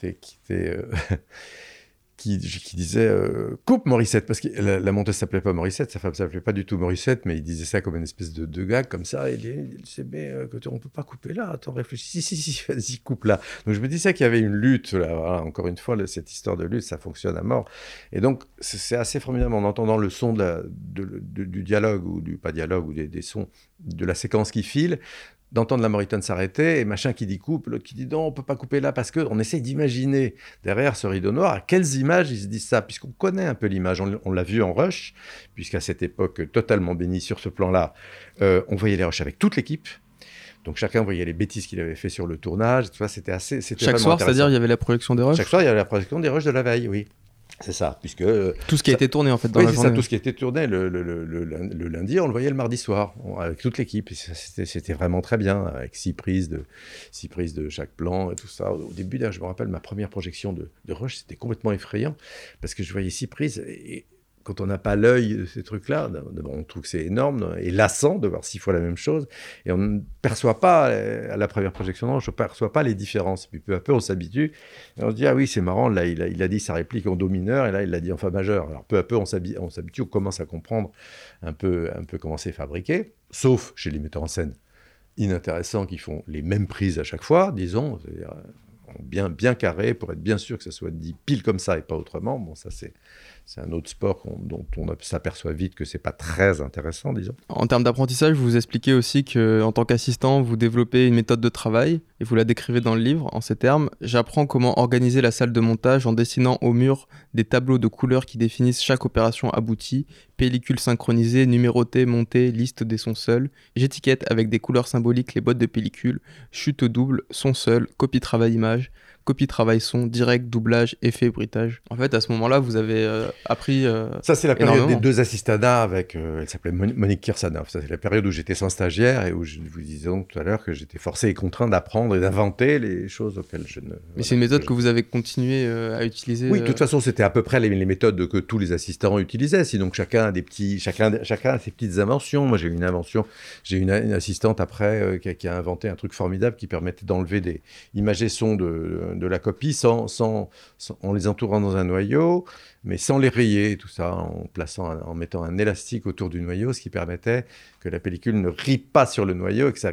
disait coupe Morissette, parce que la monteuse s'appelait pas Morissette, sa femme s'appelait pas du tout Morissette, mais il disait ça comme une espèce de gag comme ça. Il disait mais on peut pas couper là, attends, réfléchis, si, vas-y, coupe là. Donc je me disais qu'il y avait une lutte là, voilà, encore une fois cette histoire de lutte, ça fonctionne à mort. Et donc c'est assez formidable en entendant le son du dialogue ou du pas dialogue ou des sons de la séquence qui file, d'entendre la Mauritanie s'arrêter et machin qui dit coupe, l'autre qui dit non, on peut pas couper là, parce qu'on essaie d'imaginer derrière ce rideau noir à quelles images ils se disent ça, puisqu'on connaît un peu l'image, on l'a vu en rush, puisqu'à cette époque totalement bénie sur ce plan-là, on voyait les rushs avec toute l'équipe. Donc chacun voyait les bêtises qu'il avait fait sur le tournage, tout ça, c'était chaque soir, c'est-à-dire il y avait la projection des rushs. Chaque soir, il y avait la projection des rushs de la veille, oui. C'est ça, puisque... tout ce qui a été tourné, en fait, dans la journée. Oui, c'est ça, tout ce qui a été tourné le lundi, on le voyait le mardi soir, avec toute l'équipe. Et c'était vraiment très bien, avec 6 prises de chaque plan et tout ça. Au début, là, je me rappelle, ma première projection de Rush, c'était complètement effrayant, parce que je voyais 6 prises, et quand on n'a pas l'œil de ces trucs-là, on trouve que c'est énorme et lassant de voir 6 fois la même chose. Et on ne perçoit pas, à la première projection, je ne perçois pas les différences. Puis peu à peu, on s'habitue. Et on se dit, ah oui, c'est marrant, là, il a dit sa réplique en do mineur, et là, il l'a dit en fa majeur. Alors peu à peu, on s'habitue, on commence à comprendre un peu comment c'est fabriqué. Sauf chez les metteurs en scène inintéressants qui font les mêmes prises à chaque fois, disons, c'est-à-dire bien carré, pour être bien sûr que ça soit dit pile comme ça et pas autrement. Bon, ça, c'est un autre sport dont on s'aperçoit vite que c'est pas très intéressant, disons. En termes d'apprentissage, vous expliquez aussi qu'en tant qu'assistant, vous développez une méthode de travail et vous la décrivez dans le livre en ces termes. J'apprends comment organiser la salle de montage en dessinant au mur des tableaux de couleurs qui définissent chaque opération aboutie, pellicule synchronisée, numérotée, montée, liste des sons seuls. J'étiquette avec des couleurs symboliques les boîtes de pellicule, chute double, son seul, copie travail image. copie, travail son, direct, doublage, effet, bruitage. En fait, à ce moment-là, vous avez appris Ça, c'est la période énormément. des 2 assistanats avec, elle s'appelait Monique Kirsanov. Ça, c'est la période où j'étais sans stagiaire et où je vous disais donc tout à l'heure que j'étais forcé et contraint d'apprendre et d'inventer les choses auxquelles je ne... Mais c'est une méthode que vous avez continué à utiliser Oui, de toute façon, c'était à peu près les méthodes que tous les assistants utilisaient. Sinon, chacun a ses petites inventions. Moi, j'ai eu une assistante après qui a inventé un truc formidable qui permettait d'enlever des images et sons de la copie en les entourant dans un noyau, mais sans les rayer, tout ça, en mettant un élastique autour du noyau, ce qui permettait que la pellicule ne rie pas sur le noyau et que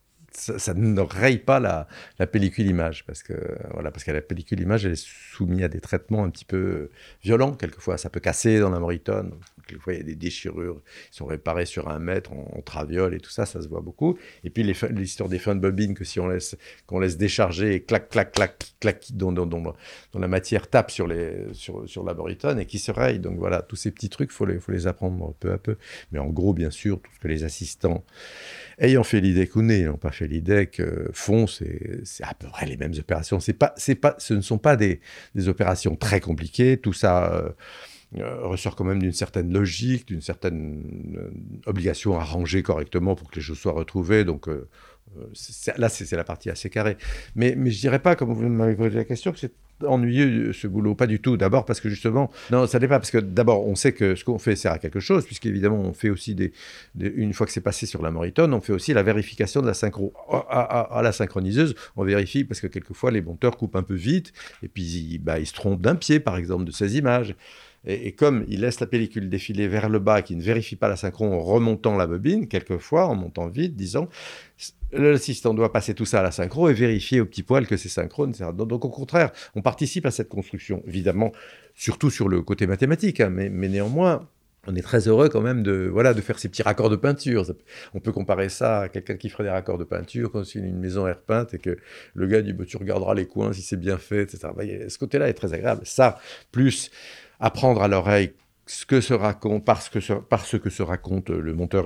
ça ne raye pas la pellicule image, parce que la pellicule image, elle est soumise à des traitements un petit peu violents. Quelquefois, ça peut casser dans la Moritone. Quelquefois, il y a des déchirures qui sont réparées sur 1 mètre en traviole et tout ça, ça se voit beaucoup. Et puis, l'histoire des fins de bobine, qu'on laisse décharger et clac, clac, clac, clac, dont la matière tape sur la Moritone et qui se raye. Donc voilà, tous ces petits trucs, faut les apprendre peu à peu. Mais en gros, bien sûr, tout ce que les assistants ayant fait l'IDEC ou n'ayant pas fait l'IDEC font, c'est à peu près les mêmes opérations. Ce ne sont pas des opérations très compliquées. Tout ça ressort quand même d'une certaine logique, d'une certaine obligation à ranger correctement pour que les choses soient retrouvées. Donc c'est la partie assez carrée. Mais je dirais pas, comme vous m'avez posé la question, que c'est ennuyeux ce boulot, pas du tout. D'abord parce que justement, non, ça n'est pas parce que d'abord on sait que ce qu'on fait sert à quelque chose, puisqu'évidemment on fait aussi une fois que c'est passé sur la Moritone, on fait aussi la vérification de la synchro. À la synchroniseuse, on vérifie parce que quelquefois les monteurs coupent un peu vite et puis ils se trompent d'un pied par exemple de ces images. Et comme ils laissent la pellicule défiler vers le bas, qui ne vérifie pas la synchro en remontant la bobine, quelquefois en montant vite, disons, l'assistant doit passer tout ça à la synchro et vérifier au petit poil que c'est synchrone, etc. Donc au contraire, on participe à cette construction, évidemment, surtout sur le côté mathématique, hein, mais néanmoins, on est très heureux quand même de faire ces petits raccords de peinture. On peut comparer ça à quelqu'un qui ferait des raccords de peinture quand c'est une maison air peinte et que le gars dit tu regarderas les coins si c'est bien fait, etc. Ce côté-là est très agréable. Ça, plus apprendre à l'oreille ce que se raconte, parce que se raconte le monteur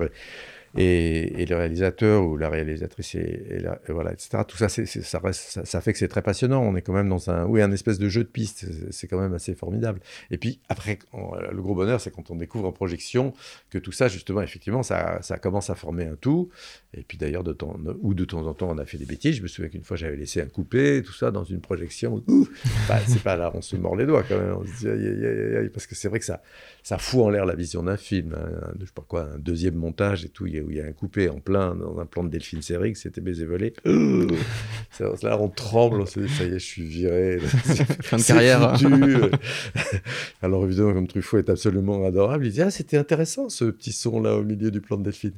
et le réalisateur ou la réalisatrice, voilà, etc. Tout ça, ça fait que c'est très passionnant. On est quand même dans un espèce de jeu de piste. C'est quand même assez formidable. Et puis après, le gros bonheur, c'est quand on découvre en projection que tout ça, justement, effectivement, ça commence à former un tout. Et puis d'ailleurs, de temps en temps, on a fait des bêtises. Je me souviens qu'une fois, j'avais laissé un coupé, tout ça, dans une projection. C'est pas là, on se mord les doigts quand même. On se dit, aïe, parce que c'est vrai que ça fout en l'air la vision d'un film. Je sais pas quoi, un deuxième montage et tout, où il y a un coupé en plein dans un plan de Delphine Seyrig, c'était baiser volé. Là, on tremble, on se dit, ça y est, je suis viré. Fin de carrière. Alors évidemment, comme Truffaut est absolument adorable, il dit, c'était intéressant ce petit son là au milieu du plan de Delphine.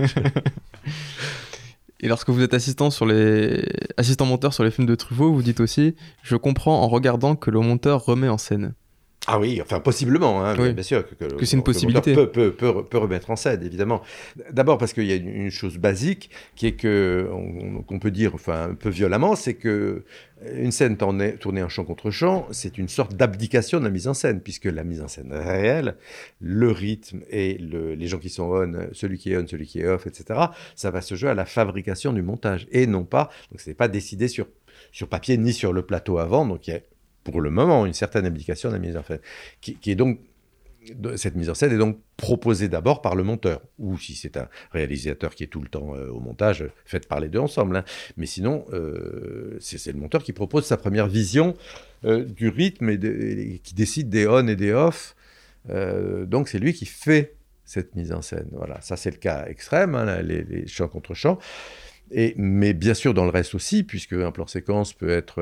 Et lorsque vous êtes assistant monteur sur les films de Truffaut, vous dites aussi « Je comprends en regardant que le monteur remet en scène ». Ah oui, enfin possiblement, hein, oui. Bien sûr. Que c'est une possibilité. Le monteur peut remettre en scène, évidemment. D'abord parce qu'il y a une chose basique qui est qu'on peut dire, enfin un peu violemment, c'est que une scène tournée en champ contre champ, c'est une sorte d'abdication de la mise en scène, puisque la mise en scène réelle, le rythme et les gens qui sont on, celui qui est on, celui qui est off, etc., ça va se jouer à la fabrication du montage, et non pas, donc ce n'est pas décidé sur papier ni sur le plateau avant, donc il y a pour le moment une certaine abdication de la mise en scène, qui est donc, cette mise en scène est donc proposée d'abord par le monteur, ou si c'est un réalisateur qui est tout le temps au montage, faite par les deux ensemble, hein. Mais sinon, c'est le monteur qui propose sa première vision du rythme et qui décide des on et des off, donc c'est lui qui fait cette mise en scène. Voilà, ça c'est le cas extrême, hein, les chants contre chants. Mais bien sûr, dans le reste aussi, puisque un plan séquence peut être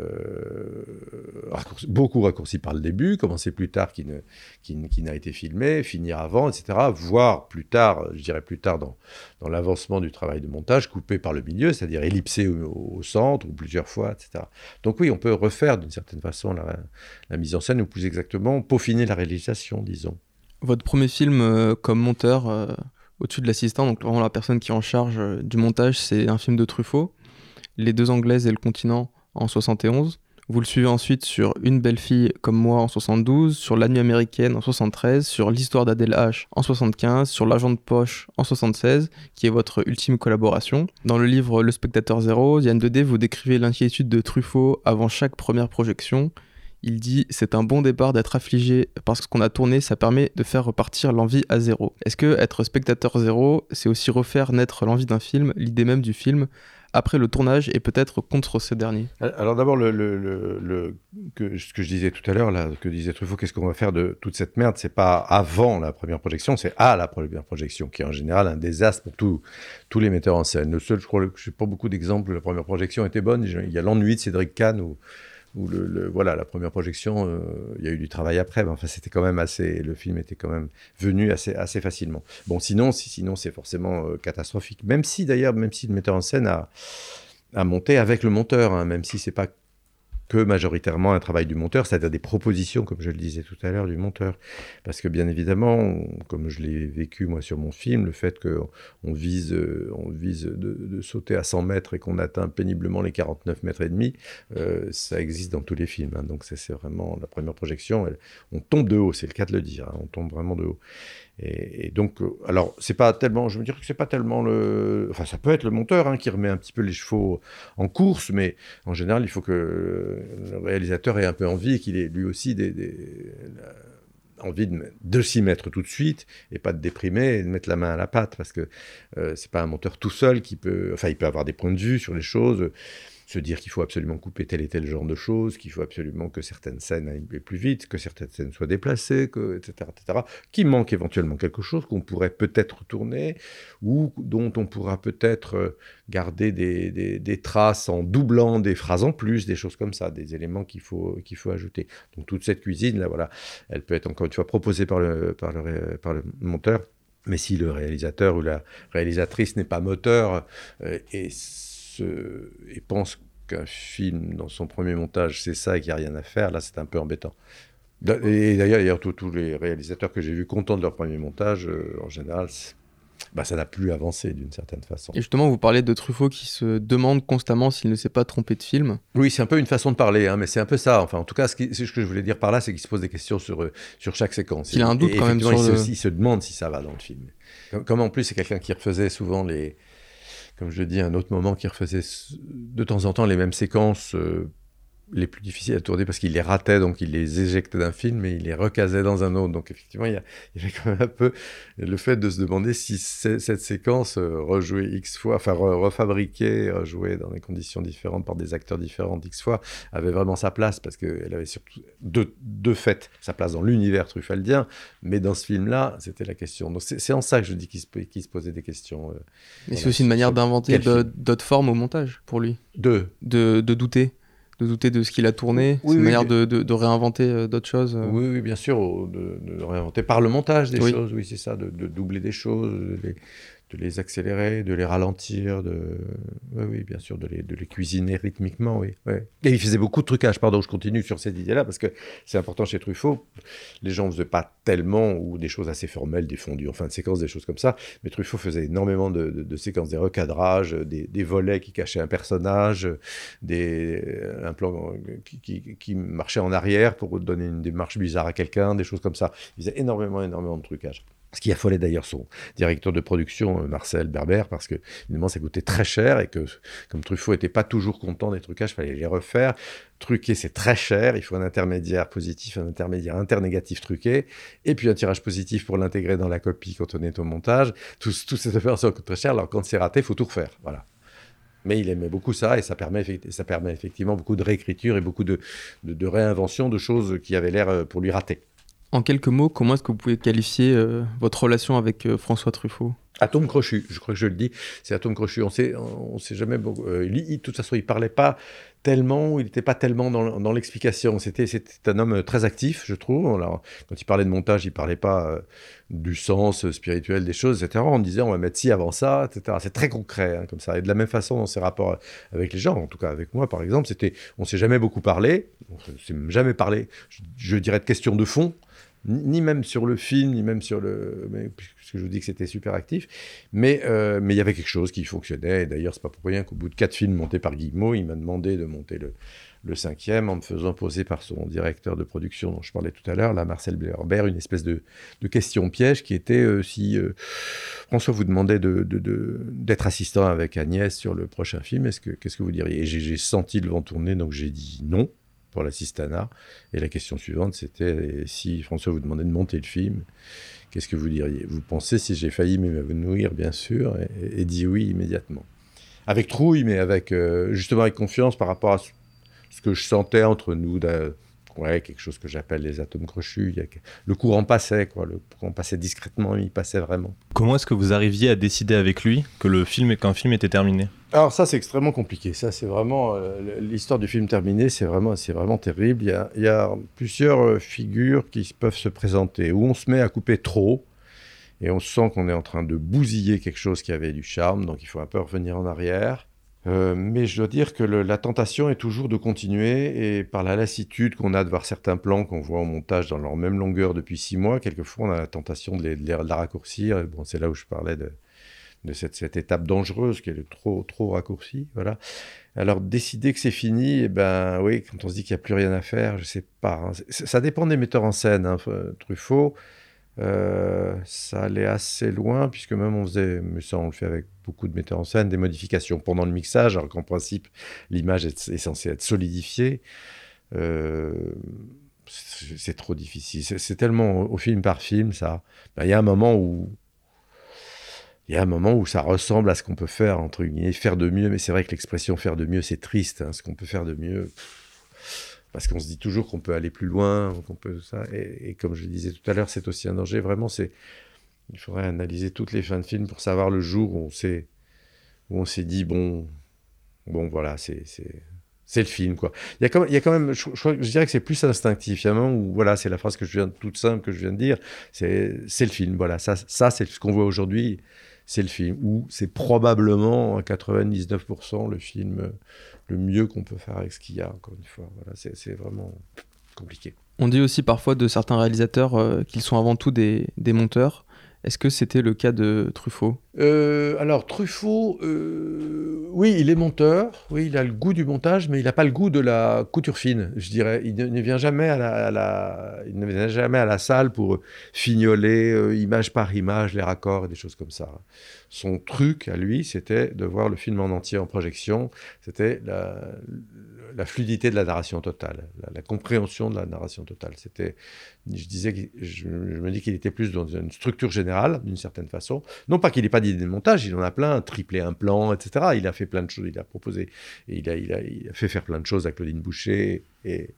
beaucoup raccourci par le début, commencer plus tard qui n'a été filmé, finir avant, etc. Voire plus tard, je dirais plus tard dans l'avancement du travail de montage, coupé par le milieu, c'est-à-dire ellipsé au centre ou plusieurs fois, etc. Donc oui, on peut refaire d'une certaine façon la mise en scène, ou plus exactement, peaufiner la réalisation, disons. Votre premier film comme monteur au-dessus de l'assistant, donc vraiment la personne qui est en charge du montage, c'est un film de Truffaut, Les Deux Anglaises et le continent en 71. Vous le suivez ensuite sur Une belle fille comme moi en 72, sur La nuit américaine en 73, sur L'histoire d'Adèle H en 75, sur L'agent de poche en 76, qui est votre ultime collaboration. Dans le livre Le spectateur zéro, Yann Dedé, vous décrivez l'inquiétude de Truffaut avant chaque première projection. Il dit « C'est un bon départ d'être affligé parce que ce qu'on a tourné, ça permet de faire repartir l'envie à zéro. » Est-ce que être spectateur zéro, c'est aussi refaire naître l'envie d'un film, l'idée même du film, après le tournage et peut-être contre ce dernier? Alors d'abord, ce que je disais tout à l'heure, là, que disait Truffaut, qu'est-ce qu'on va faire de toute cette merde? C'est pas avant la première projection, c'est à la première projection, qui est en général un désastre pour tous les metteurs en scène. Le seul, je crois que je n'ai pas beaucoup d'exemples où la première projection était bonne. Il y a L'ennui de Cédric Kahn, où voilà, la première projection, il y a eu du travail après, mais enfin, c'était quand même le film était quand même venu assez facilement. Bon, sinon c'est forcément catastrophique. Même si le metteur en scène a monté avec le monteur, hein, même si c'est pas que majoritairement un travail du monteur, c'est-à-dire des propositions, comme je le disais tout à l'heure, du monteur. Parce que bien évidemment, comme je l'ai vécu moi sur mon film, le fait qu'on vise de sauter à 100 mètres et qu'on atteint péniblement les 49 mètres et demi, ça existe dans tous les films. Hein. Donc c'est vraiment la première projection, on tombe de haut, c'est le cas de le dire, hein, on tombe vraiment de haut. Et donc, alors, c'est pas tellement, je me dirais que c'est pas tellement enfin, ça peut être le monteur hein, qui remet un petit peu les chevaux en course, mais en général, il faut que le réalisateur ait un peu envie et qu'il ait lui aussi envie de s'y mettre tout de suite et pas de déprimer et de mettre la main à la pâte, parce que c'est pas un monteur tout seul il peut avoir des points de vue sur les choses, se dire qu'il faut absolument couper tel et tel genre de choses, qu'il faut absolument que certaines scènes aillent plus vite, que certaines scènes soient déplacées, etc., qu'il manque éventuellement quelque chose qu'on pourrait peut-être tourner ou dont on pourra peut-être garder des traces en doublant des phrases en plus, des choses comme ça, des éléments qu'il faut ajouter. Donc toute cette cuisine, là, voilà, elle peut être encore une fois proposée par le monteur, mais si le réalisateur ou la réalisatrice n'est pas moteur et pense qu'un film, dans son premier montage, c'est ça et qu'il n'y a rien à faire, là, c'est un peu embêtant. Et d'ailleurs, tous les réalisateurs que j'ai vus contents de leur premier montage, en général, ça n'a plus avancé d'une certaine façon. Et justement, vous parlez de Truffaut qui se demande constamment s'il ne s'est pas trompé de film. Oui, c'est un peu une façon de parler, hein, mais c'est un peu ça. Enfin, en tout cas, ce que je voulais dire par là, c'est qu'il se pose des questions sur chaque séquence. Il a un doute quand même sur il se demande si ça va dans le film. Comme en plus, c'est quelqu'un qui refaisait souvent comme je le dis, à un autre moment, qui refaisait de temps en temps les mêmes séquences les plus difficiles à tourner parce qu'il les ratait, donc il les éjectait d'un film et il les recasait dans un autre. Donc effectivement, il y avait quand même un peu le fait de se demander si cette séquence rejouée X fois, enfin refabriquée, rejouée dans des conditions différentes par des acteurs différents X fois, avait vraiment sa place, parce qu'elle avait surtout de fait sa place dans l'univers truffaldien, mais dans ce film-là, c'était la question. Donc c'est en ça que je dis qu'il se posait des questions. Mais c'est aussi une manière d'inventer d'autres formes au montage, pour lui. De douter. De douter de ce qu'il a tourné, c'est une manière de réinventer d'autres choses. Oui, bien sûr, de réinventer par le montage des choses, oui, c'est ça, de doubler des choses, de les accélérer, de les ralentir, oui, bien sûr, de les cuisiner rythmiquement, oui. Et il faisait beaucoup de trucage, pardon, je continue sur cette idée-là, parce que c'est important chez Truffaut, les gens ne faisaient pas tellement, ou des choses assez formelles, des fondus, enfin, de séquences, des choses comme ça, mais Truffaut faisait énormément de séquences, des recadrages, des volets qui cachaient un personnage, un plan qui marchait en arrière pour donner une démarche bizarre à quelqu'un, des choses comme ça. Il faisait énormément de trucage. Ce qui affolait d'ailleurs son directeur de production, Marcel Berber, parce que évidemment ça coûtait très cher et que comme Truffaut n'était pas toujours content des trucages, il fallait les refaire. Truquer, c'est très cher, il faut un intermédiaire positif, un intermédiaire internégatif truqué, et puis un tirage positif pour l'intégrer dans la copie quand on est au montage. Toutes ces opérations coûtent très cher, alors quand c'est raté, il faut tout refaire. Voilà. Mais il aimait beaucoup ça, et ça permet effectivement beaucoup de réécriture et beaucoup de réinvention de choses qui avaient l'air pour lui rater. En quelques mots, comment est-ce que vous pouvez qualifier votre relation avec François Truffaut ? Atome crochu, je crois que je le dis, c'est atome crochu. On sait jamais. De toute façon, il parlait pas tellement, il n'était pas tellement dans l'explication. C'était un homme très actif, je trouve. Alors, quand il parlait de montage, il parlait pas du sens spirituel des choses, etc. On disait, on va mettre ci avant ça, etc. C'est très concret, hein, comme ça. Et de la même façon, dans ses rapports avec les gens, en tout cas avec moi, par exemple, on s'est jamais beaucoup parlé. On s'est jamais parlé. Je dirais de questions de fond. ni même sur le film, ni même sur puisque je vous dis que c'était super actif, mais il y avait quelque chose qui fonctionnait. Et d'ailleurs, c'est pas pour rien qu'au bout de 4 films montés par Guillemot, il m'a demandé de monter le 5e en me faisant poser par son directeur de production dont je parlais tout à l'heure, là, Marcel Bleurbert, une espèce de question piège qui était si François vous demandait d'être assistant avec Agnès sur le prochain film, qu'est-ce que vous diriez? Et j'ai senti le vent tourner, donc j'ai dit non pour l'assistanat. Et la question suivante, c'était si François vous demandait de monter le film, qu'est-ce que vous diriez? Vous pensez si j'ai failli m'évanouir, bien sûr, et dit oui immédiatement. Avec trouille, mais justement avec confiance par rapport à ce que je sentais entre nous, quelque chose que j'appelle les atomes crochus. Le courant passait, le courant passait discrètement, il passait vraiment. Comment est-ce que vous arriviez à décider avec lui qu'un film était terminé? Alors ça, c'est extrêmement compliqué. Ça, c'est vraiment l'histoire du film terminé, c'est vraiment terrible. Il y a plusieurs figures qui peuvent se présenter où on se met à couper trop et on sent qu'on est en train de bousiller quelque chose qui avait du charme, donc il faut un peu revenir en arrière. Mais je dois dire que la tentation est toujours de continuer, et par la lassitude qu'on a de voir certains plans qu'on voit au montage dans leur même longueur depuis 6 mois, quelquefois on a la tentation de la raccourcir. Bon, c'est là où je parlais de cette étape dangereuse qui est trop raccourcie. Voilà. Alors décider que c'est fini, oui, quand on se dit qu'il n'y a plus rien à faire, je ne sais pas. Hein. Ça dépend des metteurs en scène. Hein. Truffaut, ça allait assez loin, puisque même on faisait, mais ça on le fait avec beaucoup de metteurs en scène, des modifications pendant le mixage, alors qu'en principe l'image est censée être solidifiée. C'est trop difficile, c'est tellement au film par film ça. Il y a un moment où ça ressemble à ce qu'on peut faire, entre guillemets, faire de mieux, mais c'est vrai que l'expression faire de mieux, c'est triste, hein, ce qu'on peut faire de mieux. Parce qu'on se dit toujours qu'on peut aller plus loin, qu'on peut ça. Et comme je le disais tout à l'heure, c'est aussi un danger. Vraiment, il faudrait analyser toutes les fins de film pour savoir le jour où on s'est dit, bon, voilà, c'est le film, quoi. Il y a quand même, je dirais que c'est plus instinctif. Il y a un moment où, voilà, c'est la phrase toute simple que je viens de dire, c'est le film, voilà. Ça c'est ce qu'on voit aujourd'hui, c'est le film. Ou c'est probablement à 99% le film le mieux qu'on peut faire avec ce qu'il y a, encore une fois. Voilà, c'est vraiment compliqué. On dit aussi parfois de certains réalisateurs qu'ils sont avant tout des monteurs. Est-ce que c'était le cas de Truffaut ? Alors Truffaut, oui, il est monteur, oui, il a le goût du montage, mais il n'a pas le goût de la couture fine, je dirais. Il ne vient jamais à la salle pour fignoler image par image les raccords et des choses comme ça. Son truc à lui, c'était de voir le film en entier en projection. C'était la fluidité de la narration totale, la compréhension de la narration totale. Je me dis qu'il était plus dans une structure générale, d'une certaine façon. Non pas qu'il n'ait pas d'idée de montage, il en a plein, triplé un plan, etc. Il a fait plein de choses, il a proposé, et il a fait faire plein de choses à Claudine Boucher et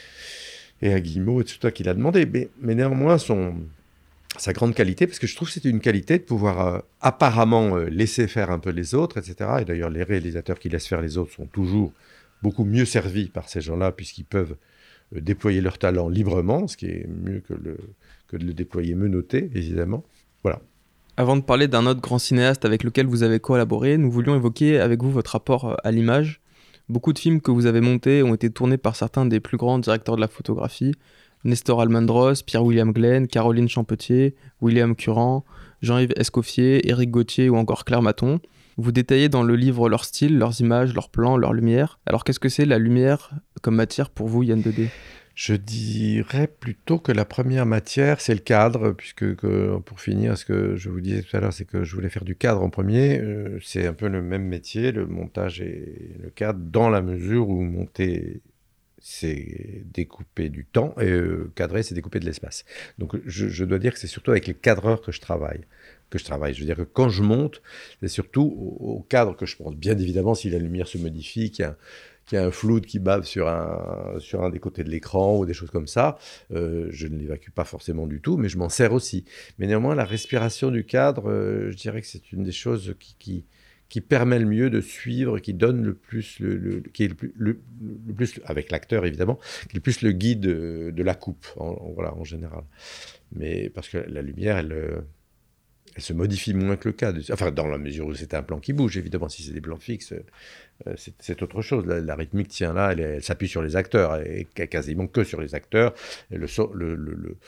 à Guillemot, et c'est toi qui l'a demandé. Mais néanmoins, sa grande qualité, parce que je trouve que c'était une qualité de pouvoir apparemment laisser faire un peu les autres, etc. Et d'ailleurs, les réalisateurs qui laissent faire les autres sont toujours beaucoup mieux servis par ces gens-là, puisqu'ils peuvent déployer leur talent librement, ce qui est mieux que de le déployer menotté, évidemment. Voilà. Avant de parler d'un autre grand cinéaste avec lequel vous avez collaboré, nous voulions évoquer avec vous votre rapport à l'image. Beaucoup de films que vous avez montés ont été tournés par certains des plus grands directeurs de la photographie, Nestor Almendros, Pierre-William Glenn, Caroline Champetier, William Curran, Jean-Yves Escoffier, Éric Gauthier ou encore Claire Maton. Vous détaillez dans le livre leur style, leurs images, leurs plans, leur lumière. Alors qu'est-ce que c'est la lumière comme matière pour vous, Yann Dedé ? Je dirais plutôt que la première matière, c'est le cadre, puisque pour finir, ce que je vous disais tout à l'heure, c'est que je voulais faire du cadre en premier. C'est un peu le même métier, le montage et le cadre, dans la mesure où monter, c'est découper du temps, et cadrer, c'est découper de l'espace. Donc je dois dire que c'est surtout avec les cadreurs que je travaille. Je veux dire que quand je monte, c'est surtout au cadre que je pense. Bien évidemment, si la lumière se modifie, qu'il y a un flood qui bave sur un des côtés de l'écran ou des choses comme ça, je ne l'évacue pas forcément du tout, mais je m'en sers aussi. Mais néanmoins, la respiration du cadre, je dirais que c'est une des choses qui permet le mieux de suivre, qui donne le plus, qui est le plus, avec l'acteur évidemment, qui est le plus le guide de la coupe, en général. Mais parce que la lumière, elle se modifie moins que le cadre. Enfin, dans la mesure où c'est un plan qui bouge, évidemment. Si c'est des plans fixes, c'est autre chose. La rythmique tient là, elle s'appuie sur les acteurs, et quasiment que sur les acteurs. Et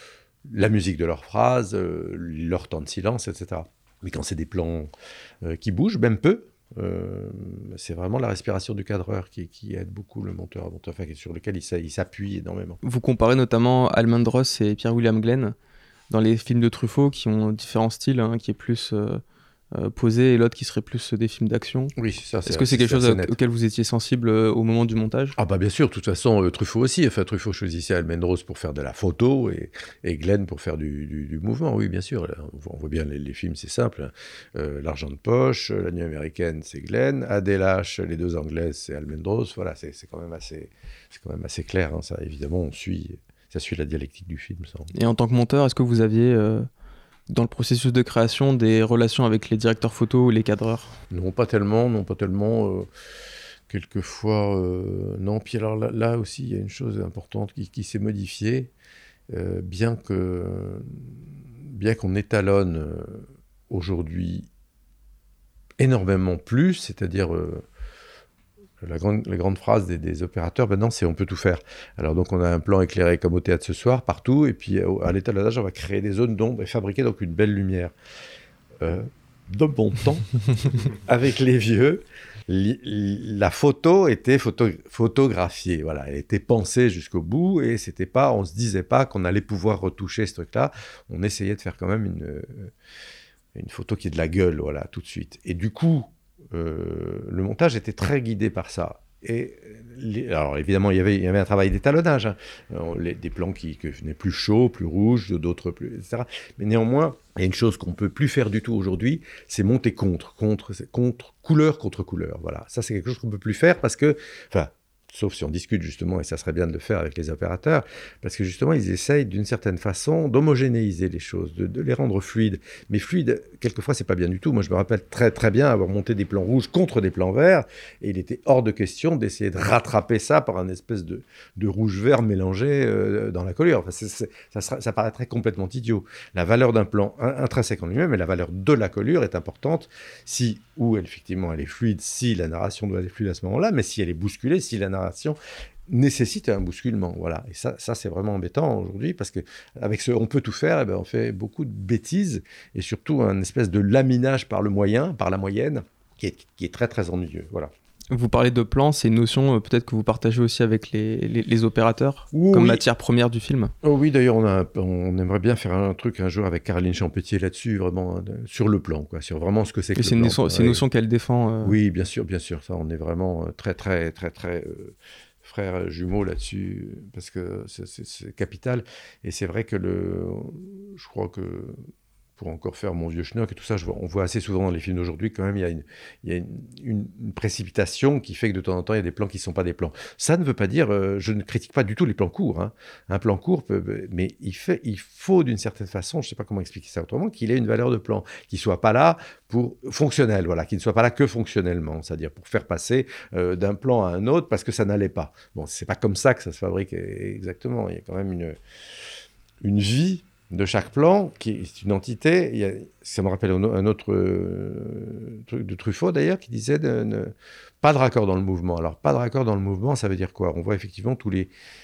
la musique de leurs phrases, leur temps de silence, etc. Mais quand c'est des plans qui bougent, même peu, c'est vraiment la respiration du cadreur qui aide beaucoup le monteur, enfin, sur lequel il s'appuie énormément. Vous comparez notamment Almendros et Pierre-William Glenn dans les films de Truffaut qui ont différents styles, qui est plus posé et l'autre qui serait plus des films d'action. Oui, c'est ça. Est-ce que c'est quelque chose auquel vous étiez sensible au moment du montage ? Ah bah bien sûr, de toute façon, Truffaut aussi. Enfin, Truffaut choisissait Almendros pour faire de la photo et Glenn pour faire du mouvement. Oui, bien sûr. Là, on voit bien les films, c'est simple. L'argent de poche, La nuit américaine, c'est Glenn. Adélache, les deux anglaises, c'est Almendros. Voilà, c'est quand même assez clair. Ça, évidemment, ça suit la dialectique du film. Ça. Et en tant que monteur, est-ce que vous aviez dans le processus de création des relations avec les directeurs photo ou les cadreurs ? Non, pas tellement. Quelquefois, non. Puis alors là aussi, il y a une chose importante qui s'est modifiée, bien qu'on étalonne aujourd'hui énormément plus, c'est-à-dire la grande phrase des opérateurs, maintenant, c'est on peut tout faire. Alors donc on a un plan éclairé comme au théâtre ce soir, partout, et puis à l'étalonnage, on va créer des zones d'ombre et fabriquer donc une belle lumière. De bon temps, avec les vieux, la photo était photographiée, voilà, elle était pensée jusqu'au bout, et on se disait pas qu'on allait pouvoir retoucher ce truc-là. On essayait de faire quand même une photo qui ait de la gueule, voilà, tout de suite. Et du coup, le montage était très guidé par ça. Et alors évidemment, il y avait un travail d'étalonnage, des plans qui venaient plus chauds, plus rouges, d'autres plus, etc. Mais néanmoins, il y a une chose qu'on ne peut plus faire du tout aujourd'hui, c'est monter contre couleur contre couleur. Voilà, ça c'est quelque chose qu'on ne peut plus faire parce que, enfin, sauf si on discute justement, et ça serait bien de le faire avec les opérateurs, parce que justement, ils essayent d'une certaine façon d'homogénéiser les choses, de les rendre fluides. Mais fluides, quelquefois, c'est pas bien du tout. Moi, je me rappelle très très bien avoir monté des plans rouges contre des plans verts, et il était hors de question d'essayer de rattraper ça par un espèce de rouge-vert mélangé dans la colure. Enfin, ça paraîtrait complètement idiot. La valeur d'un plan intrinsèque en lui-même, et la valeur de la colure est importante, effectivement elle est fluide, si la narration doit être fluide à ce moment-là, mais si elle est bousculée, si la narration nécessite un bousculement, voilà. Et ça c'est vraiment embêtant aujourd'hui, parce qu'avec on peut tout faire, on fait beaucoup de bêtises, et surtout un espèce de laminage par la moyenne, qui est très très ennuyeux, voilà. Vous parlez de plan, c'est une notion peut-être que vous partagez aussi avec les opérateurs, comme matière première du film. Oh oui, d'ailleurs, on aimerait bien faire un truc un jour avec Caroline Champetier là-dessus, vraiment sur le plan, quoi, sur vraiment ce que c'est que le plan. C'est une notion qu'elle défend. Oui, bien sûr, ça, on est vraiment très, très, très, très frères jumeaux là-dessus, parce que c'est capital. Et c'est vrai que je crois que pour encore faire mon vieux schnock et tout ça, on voit assez souvent dans les films d'aujourd'hui quand même, il y a une précipitation qui fait que de temps en temps, il y a des plans qui ne sont pas des plans. Ça ne veut pas dire, je ne critique pas du tout les plans courts, hein. Un plan court, mais il faut d'une certaine façon, je ne sais pas comment expliquer ça autrement, qu'il ait une valeur de plan, qu'il ne soit pas là pour fonctionnel, voilà, qu'il ne soit pas là que fonctionnellement, c'est-à-dire pour faire passer d'un plan à un autre parce que ça n'allait pas. Bon, ce n'est pas comme ça que ça se fabrique exactement, il y a quand même une vie de chaque plan, qui est une entité. Ça me rappelle un autre truc de Truffaut, d'ailleurs, qui disait pas de raccord dans le mouvement. Alors, pas de raccord dans le mouvement, ça veut dire quoi ? On voit effectivement toutes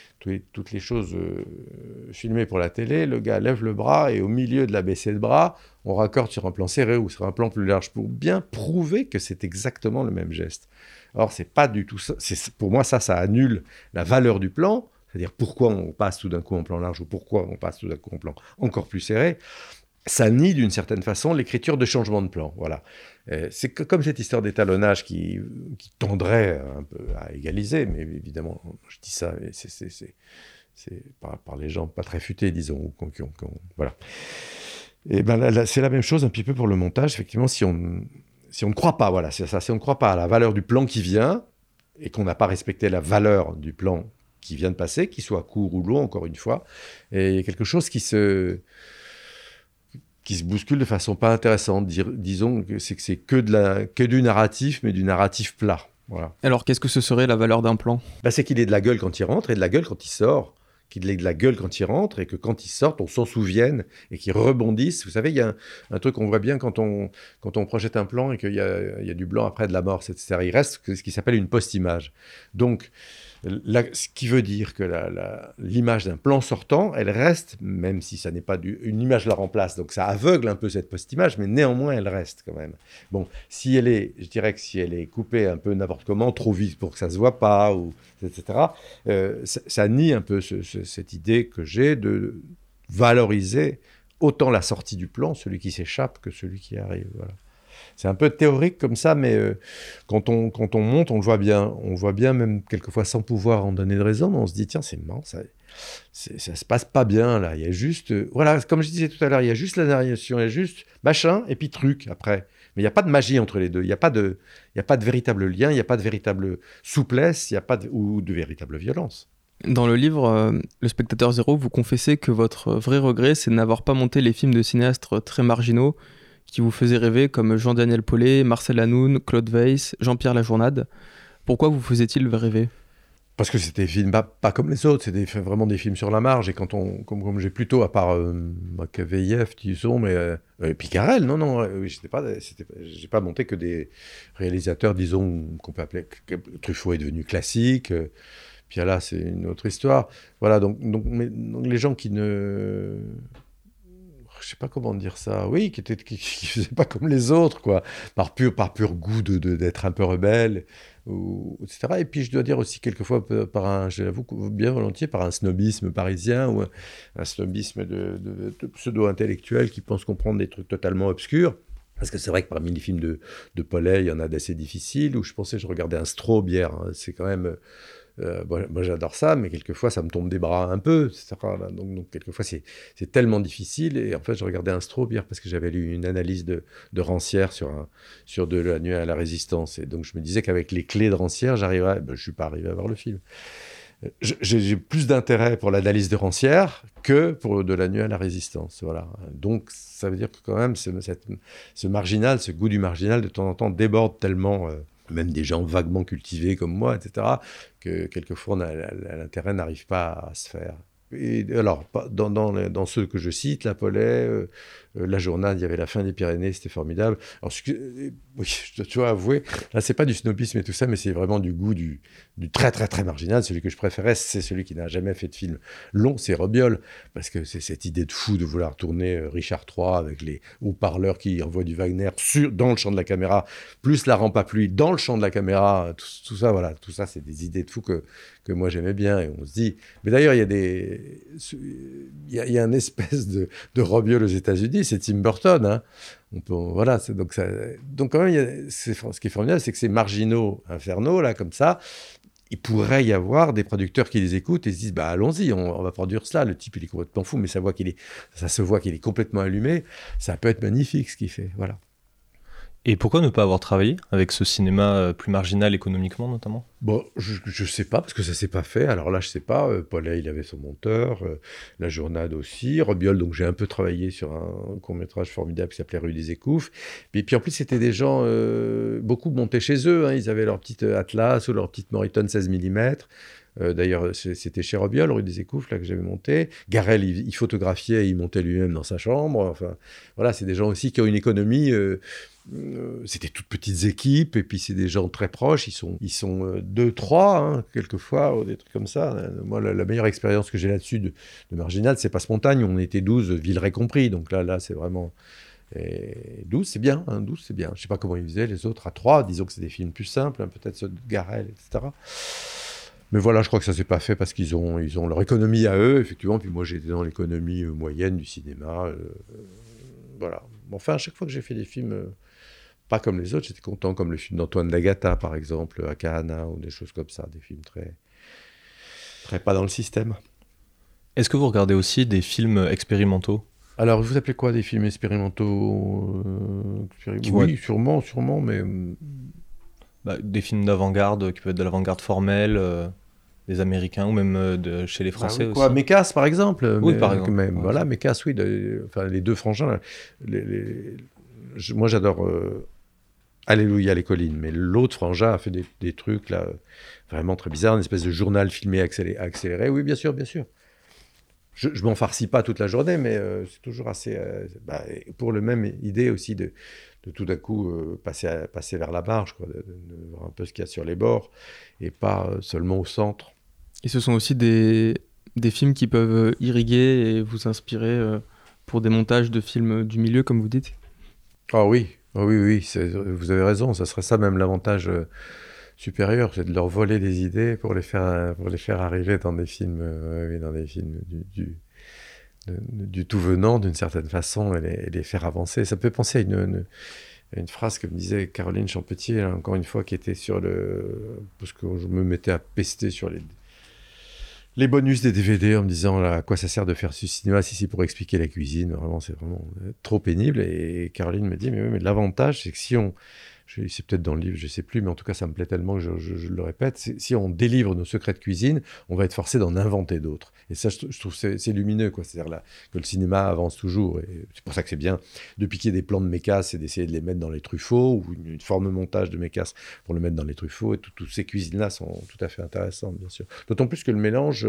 les choses filmées pour la télé. Le gars lève le bras, et au milieu de la baissée de bras, on raccorde sur un plan serré ou sur un plan plus large, pour bien prouver que c'est exactement le même geste. Or, c'est pas du tout ça. Pour moi, ça annule la valeur du plan. C'est-à-dire pourquoi on passe tout d'un coup en plan large ou pourquoi on passe tout d'un coup en plan encore plus serré, ça nie d'une certaine façon l'écriture de changement de plan. Voilà. C'est comme cette histoire d'étalonnage qui tendrait un peu à égaliser, mais évidemment, je dis ça, c'est par les gens pas très futés, disons. Voilà. Et là, c'est la même chose un petit peu pour le montage. Effectivement, si on ne croit pas, voilà, c'est ça, si on ne croit pas à la valeur du plan qui vient et qu'on n'a pas respecté la valeur du plan qui vient de passer, qu'il soit court ou long, encore une fois, et il y a quelque chose qui se bouscule de façon pas intéressante. Disons que c'est que du narratif, mais du narratif plat. Voilà. Alors, qu'est-ce que ce serait la valeur d'un plan ? C'est qu'il ait de la gueule quand il rentre et de la gueule quand il sort. Qu'il ait de la gueule quand il rentre et que quand il sort, on s'en souvienne et qu'il rebondisse. Vous savez, il y a un truc qu'on voit bien quand on projette un plan et qu'il y a du blanc après de l'amorce, etc. Il reste ce qui s'appelle une post-image. Donc, Ce qui veut dire que l'image d'un plan sortant, elle reste, même si ça n'est pas une image la remplace, donc ça aveugle un peu cette post-image, mais néanmoins elle reste quand même. Bon, je dirais que si elle est coupée un peu n'importe comment, trop vite pour que ça se voit pas, etc., ça nie un peu cette idée que j'ai de valoriser autant la sortie du plan, celui qui s'échappe, que celui qui arrive. Voilà. C'est un peu théorique comme ça, mais quand on monte, on le voit bien. On le voit bien, même quelquefois sans pouvoir en donner de raison, mais on se dit, tiens, c'est marrant, ça se passe pas bien, là. Il y a juste... voilà, comme je disais tout à l'heure, il y a juste la narration, il y a juste machin, et puis truc, après. Mais il n'y a pas de magie entre les deux. Il n'y a pas de véritable lien, il n'y a pas de véritable souplesse, ou de véritable violence. Dans le livre Le Spectateur Zéro, vous confessez que votre vrai regret, c'est de n'avoir pas monté les films de cinéastes très marginaux qui vous faisaient rêver, comme Jean-Daniel Paulet, Marcel Hanoun, Claude Weiss, Jean-Pierre Lajournade. Pourquoi vous faisait-il rêver ? Parce que c'était des films pas comme les autres, c'était vraiment des films sur la marge. Et comme j'ai plutôt, à part Makaveyev, disons, mais Picarel, j'ai pas monté que des réalisateurs, disons, qu'on peut appeler... Truffaut est devenu classique, puis là, c'est une autre histoire. Voilà, donc les gens qui ne... Je sais pas comment dire ça, oui, qui faisaient pas comme les autres, quoi, par pur goût d'être un peu rebelle, etc. Et puis je dois dire aussi quelquefois, je l'avoue bien volontiers, par un snobisme parisien, ou un snobisme de pseudo-intellectuels qui pensent comprendre des trucs totalement obscurs. Parce que c'est vrai que parmi les films de Paulet, il y en a d'assez difficiles, où je regardais un Straub hier, hein, c'est quand même... moi j'adore ça, mais quelquefois ça me tombe des bras un peu, etc. Donc quelquefois c'est tellement difficile. Et en fait, je regardais un Straub hier parce que j'avais lu une analyse de Rancière sur De la nuit à la résistance. Et donc je me disais qu'avec les clés de Rancière, j'arriverais. Je ne suis pas arrivé à voir le film. J'ai plus d'intérêt pour l'analyse de Rancière que pour De la nuit à la résistance. Voilà. Donc ça veut dire que quand même ce marginal, ce goût du marginal, de temps en temps déborde tellement... même des gens vaguement cultivés comme moi, etc., que quelquefois l'intérêt n'arrive pas à se faire. Et alors, dans ceux que je cite, la Paulet, La Journade, il y avait La fin des Pyrénées, c'était formidable. Alors, oui, je dois avouer, là, c'est pas du snobisme et tout ça, mais c'est vraiment du goût du très, très, très marginal. Celui que je préférais, c'est celui qui n'a jamais fait de film long, c'est Robiol, parce que c'est cette idée de fou de vouloir tourner Richard III avec les haut-parleurs qui envoient du Wagner dans le champ de la caméra, plus la rampe à pluie dans le champ de la caméra, tout ça, voilà, tout ça, c'est des idées de fou que moi j'aimais bien. Et on se dit, mais d'ailleurs, il y a une espèce de Robiol aux États-Unis, c'est Tim Burton, hein. Voilà, donc quand même, ce qui est formidable, c'est que ces marginaux infernaux, là, comme ça, il pourrait y avoir des producteurs qui les écoutent et se disent, bah allons-y, on va produire cela. Le type, il est complètement fou, mais ça se voit qu'il est complètement allumé. Ça peut être magnifique, ce qu'il fait, voilà. Et pourquoi ne pas avoir travaillé avec ce cinéma plus marginal économiquement, notamment ? Bon, je sais pas, parce que ça s'est pas fait. Alors là, je sais pas. Paulet, il avait son monteur. La Journade aussi. Robiol, donc j'ai un peu travaillé sur un court-métrage formidable qui s'appelait Rue des Écouffes. Et puis en plus, c'était des gens... beaucoup montaient chez eux. Hein. Ils avaient leur petite Atlas ou leur petite Moriton 16 mm. D'ailleurs, c'était chez Robiol, Rue des Écouffes, là que j'avais monté. Garel, il photographiait et il montait lui-même dans sa chambre. Enfin, voilà, c'est des gens aussi qui ont une économie... c'était toutes petites équipes, et puis c'est des gens très proches, ils sont 2, 3, hein, quelquefois, ou des trucs comme ça. Moi, la meilleure expérience que j'ai là-dessus de Marginal, c'est Passe-Montagne, on était 12, Villeray compris, donc là c'est vraiment... Et 12, c'est bien, hein, 12, c'est bien. Je ne sais pas comment ils faisaient, les autres à 3, disons que c'est des films plus simples, hein, peut-être ceux de Garel, etc. Mais voilà, je crois que ça ne s'est pas fait parce qu'ils ont leur économie à eux, effectivement, puis moi j'étais dans l'économie moyenne du cinéma. Voilà. Enfin, à chaque fois que j'ai fait des films... pas comme les autres, j'étais content, comme le film d'Antoine Lagata, par exemple, Akahana, ou des choses comme ça, des films très, très pas dans le système. Est-ce que vous regardez aussi des films expérimentaux ? Alors, vous appelez quoi des films expérimentaux Oui, sûrement, mais... des films d'avant-garde, qui peuvent être de l'avant-garde formelle, des Américains, ou même chez les Français aussi. Quoi, Mécasse, par exemple. Oui, par exemple. Même, voilà, Mécasse, oui. Les deux frangins, moi, j'adore... Alléluia les collines, mais l'autre frangin a fait des trucs là vraiment très bizarres, une espèce de journal filmé accéléré. Oui, bien sûr. Je m'en farcis pas toute la journée, mais c'est toujours assez... pour le même idée aussi de de tout d'un coup passer vers la marge, quoi, de voir un peu ce qu'il y a sur les bords, et pas seulement au centre. Et ce sont aussi des films qui peuvent irriguer et vous inspirer pour des montages de films du milieu, comme vous dites? Ah oui, oui, vous avez raison, ça serait ça même l'avantage supérieur, c'est de leur voler des idées pour les faire arriver dans des films, dans des films du tout venant d'une certaine façon, et les faire avancer. Ça peut penser à une phrase que me disait Caroline Champetier, là, encore une fois, qui était parce que je me mettais à pester sur les bonus des DVD en me disant là, à quoi ça sert de faire ce cinéma si c'est pour expliquer la cuisine. Vraiment, c'est vraiment trop pénible. Et Caroline me dit, mais oui, mais l'avantage, c'est que c'est peut-être dans le livre, je ne sais plus, mais en tout cas, ça me plaît tellement que je le répète, si on délivre nos secrets de cuisine, on va être forcé d'en inventer d'autres. Et ça, je trouve c'est lumineux, quoi. C'est-à-dire là, que le cinéma avance toujours. Et c'est pour ça que c'est bien de piquer des plans de mécasse et d'essayer de les mettre dans les Truffaut, ou une forme de montage de mécasse pour le mettre dans les Truffaut. Et toutes ces cuisines-là sont tout à fait intéressantes, bien sûr. D'autant plus que le mélange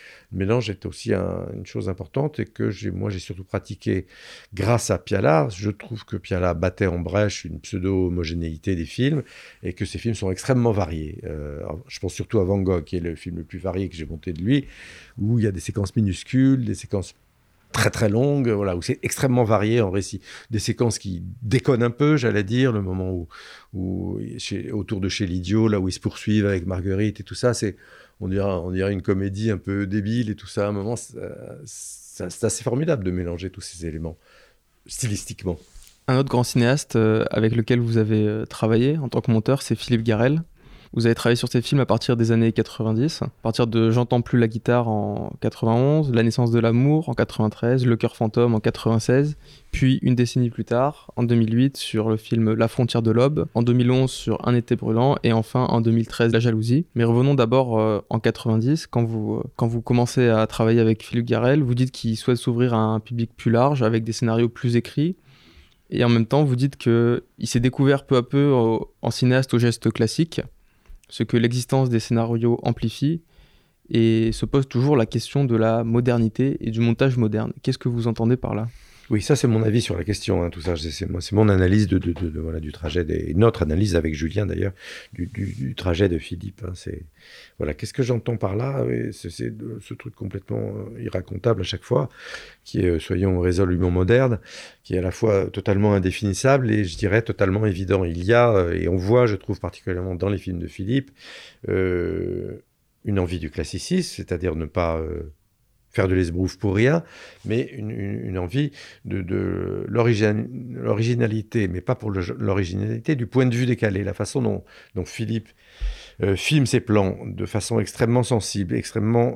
est aussi une chose importante, et que moi, j'ai surtout pratiqué grâce à Piala. Je trouve que Piala battait en brèche une pseudo-homogénéité des films, et que ces films sont extrêmement variés. Je pense surtout à Van Gogh, qui est le film le plus varié que j'ai monté de lui, où il y a des séquences minuscules, des séquences très très longues, voilà, où c'est extrêmement varié en récit. Des séquences qui déconnent un peu, j'allais dire, le moment autour de Chez l'Idiot, là où ils se poursuivent avec Marguerite et tout ça, on dirait une comédie un peu débile et tout ça. À un moment, c'est assez formidable de mélanger tous ces éléments, stylistiquement. Un autre grand cinéaste avec lequel vous avez travaillé en tant que monteur, c'est Philippe Garrel. Vous avez travaillé sur ces films à partir des années 90, à partir de J'entends plus la guitare en 91, La naissance de l'amour en 93, Le cœur fantôme en 96, puis une décennie plus tard, en 2008, sur le film La frontière de l'aube, en 2011 sur Un été brûlant, et enfin en 2013 La jalousie. Mais revenons d'abord en 90, quand vous commencez à travailler avec Philippe Garrel, vous dites qu'il souhaite s'ouvrir à un public plus large, avec des scénarios plus écrits. Et en même temps, vous dites qu'il s'est découvert peu à peu en cinéaste au geste classique, ce que l'existence des scénarios amplifie, et se pose toujours la question de la modernité et du montage moderne. Qu'est-ce que vous entendez par là ? Oui, ça c'est mon avis sur la question, hein, tout ça. C'est mon analyse voilà, du trajet, et notre analyse avec Julien d'ailleurs, du trajet de Philippe. Hein, voilà, qu'est-ce que j'entends par là ? Oui, c'est ce truc complètement irracontable à chaque fois, qui est, soyons résolument moderne, qui est à la fois totalement indéfinissable et je dirais totalement évident. Il y a, et on voit, je trouve particulièrement dans les films de Philippe, une envie du classicisme, c'est-à-dire ne pas faire de l'esbrouf pour rien, mais une envie de l'originalité, mais pas pour l'originalité, du point de vue décalé, la façon dont Philippe filme ses plans de façon extrêmement sensible, extrêmement...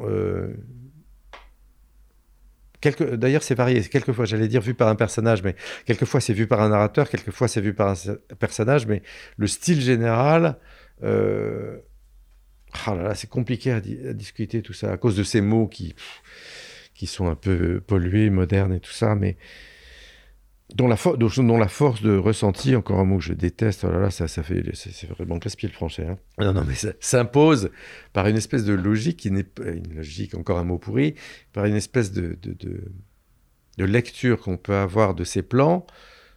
D'ailleurs, c'est varié. Quelquefois, j'allais dire vu par un personnage, mais quelquefois c'est vu par un narrateur, quelquefois c'est vu par un personnage, mais le style général... Ah là là, c'est compliqué à discuter tout ça, à cause de ces mots qui sont un peu pollués, modernes et tout ça, mais dont la force de ressenti, encore un mot que je déteste, oh là là, c'est vraiment casse-pied le français. Hein. Non, mais ça s'impose par une espèce de logique qui n'est pas une logique, encore un mot pourri, par une espèce de lecture qu'on peut avoir de ces plans.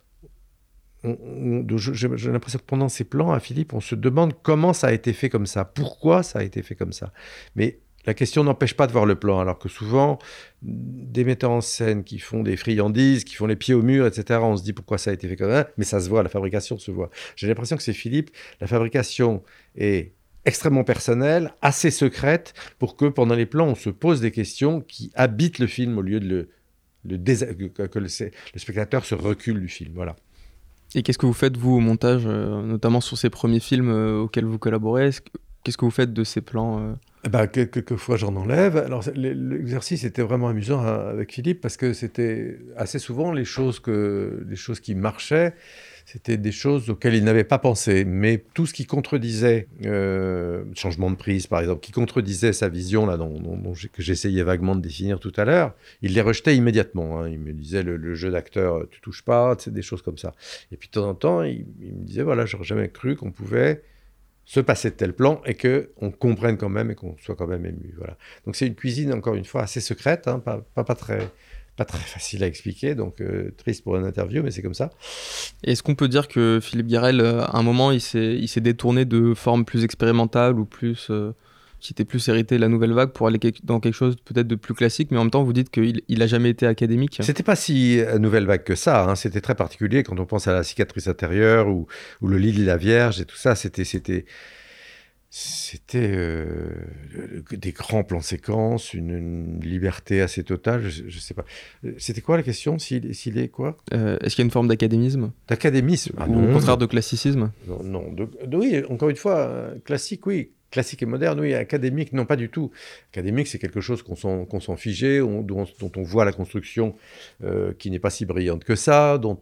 J'ai l'impression que pendant ces plans, à Philippe, on se demande comment ça a été fait comme ça, pourquoi ça a été fait comme ça. Mais la question n'empêche pas de voir le plan, alors que souvent, des metteurs en scène qui font des friandises, qui font les pieds au mur, etc., on se dit pourquoi ça a été fait comme ça, mais ça se voit, la fabrication se voit. J'ai l'impression que c'est Philippe, la fabrication est extrêmement personnelle, assez secrète, pour que pendant les plans, on se pose des questions qui habitent le film au lieu de que le spectateur se recule du film, voilà. Et qu'est-ce que vous faites, vous, au montage, notamment sur ces premiers films auxquels vous collaborez ? Qu'est-ce que vous faites de ces plans Quelquefois, j'en enlève. Alors, l'exercice était vraiment amusant avec Philippe, parce que c'était assez souvent les choses qui marchaient, c'était des choses auxquelles il n'avait pas pensé. Mais tout ce qui contredisait, changement de prise, par exemple, qui contredisait sa vision, là, que j'essayais vaguement de définir tout à l'heure, il les rejetait immédiatement. Hein. Il me disait, le jeu d'acteur, tu touches pas, c'est des choses comme ça. Et puis, de temps en temps, il me disait, voilà, j'aurais jamais cru qu'on pouvait se passer de tel plan et qu'on comprenne quand même et qu'on soit quand même ému. Voilà. Donc c'est une cuisine, encore une fois, assez secrète, hein, pas pas très facile à expliquer, donc triste pour une interview, mais c'est comme ça. Et est-ce qu'on peut dire que Philippe Garrel, à un moment, il s'est détourné de formes plus expérimentales ou plus... qui était plus hérité de la nouvelle vague pour aller dans quelque chose peut-être de plus classique, mais en même temps vous dites qu'il n'a jamais été académique. C'était pas si nouvelle vague que ça, hein. C'était très particulier quand on pense à La cicatrice intérieure ou Le lit de la Vierge et tout ça, c'était des grands plans séquences, une liberté assez totale, je sais pas. C'était quoi la question, s'il est quoi Est-ce qu'il y a une forme d'académisme D'académisme ou au contraire de classicisme? Non, oui, encore une fois, classique, oui. Classique et moderne, oui. Académique, non, pas du tout. Académique, c'est quelque chose qu'on sent figé, dont on voit la construction qui n'est pas si brillante que ça, dont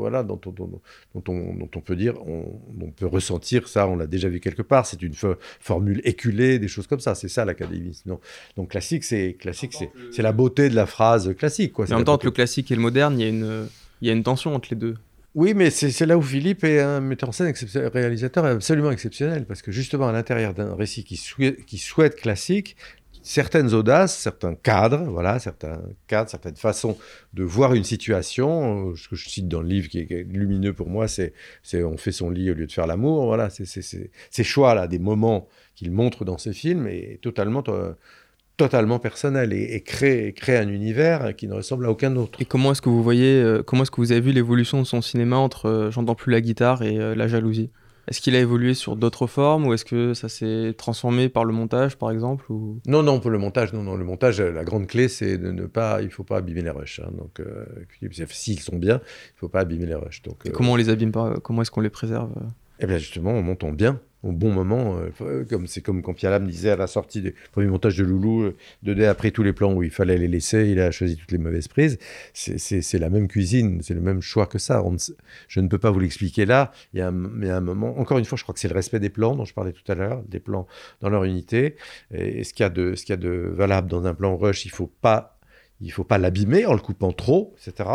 on peut dire, on peut ressentir ça, on l'a déjà vu quelque part, c'est une formule éculée, des choses comme ça, c'est ça l'académisme. Non. Donc classique, c'est la beauté de la phrase classique, quoi. Mais en même temps, entre le classique et le moderne, il y a une tension entre les deux. Oui, mais c'est là où Philippe est un metteur en scène, réalisateur absolument exceptionnel, parce que justement, à l'intérieur d'un récit qui souhaite classique, certaines audaces, certains cadres, certaines façons de voir une situation, ce que je cite dans le livre qui est lumineux pour moi, c'est on fait son lit au lieu de faire l'amour, voilà, ces choix-là, des moments qu'il montre dans ses films, est totalement personnel et crée un univers qui ne ressemble à aucun autre. Et comment est-ce que vous avez vu l'évolution de son cinéma entre J'entends plus la guitare et La jalousie? Est-ce qu'il a évolué sur d'autres formes ou est-ce que ça s'est transformé par le montage par exemple ou... Non, pour le montage, non. Le montage, la grande clé, c'est il ne faut pas abîmer les rushs. Hein, donc, s'ils sont bien, il ne faut pas abîmer les rushs. Donc, et comment on les abîme pas? Comment est-ce qu'on les préserve? Eh bien justement, on monte en bien, au bon moment. C'est comme quand Pierre Lame disait à la sortie du premier montage de Loulou, Daudet, après tous les plans où il fallait les laisser, il a choisi toutes les mauvaises prises. C'est la même cuisine, c'est le même choix que ça. Je ne peux pas vous l'expliquer là. Il y a un moment, encore une fois, je crois que c'est le respect des plans dont je parlais tout à l'heure, des plans dans leur unité. Et ce qu'il y a de valable dans un plan rush, il faut pas l'abîmer en le coupant trop, etc.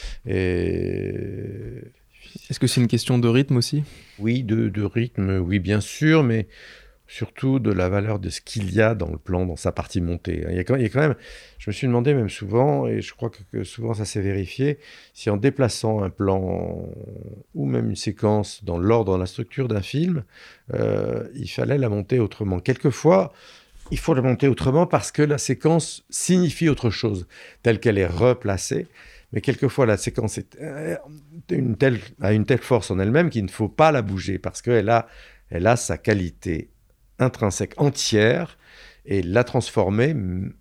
Est-ce que c'est une question de rythme aussi? Oui, de rythme, oui, bien sûr, mais surtout de la valeur de ce qu'il y a dans le plan, dans sa partie montée. Il y a quand même, je me suis demandé même souvent, et je crois que souvent ça s'est vérifié, si en déplaçant un plan ou même une séquence dans l'ordre, dans la structure d'un film, il fallait la monter autrement. Quelquefois, il faut la monter autrement parce que la séquence signifie autre chose, telle qu'elle est replacée. Mais quelquefois, la séquence a une telle force en elle-même qu'il ne faut pas la bouger parce qu'elle a sa qualité intrinsèque entière et la transformer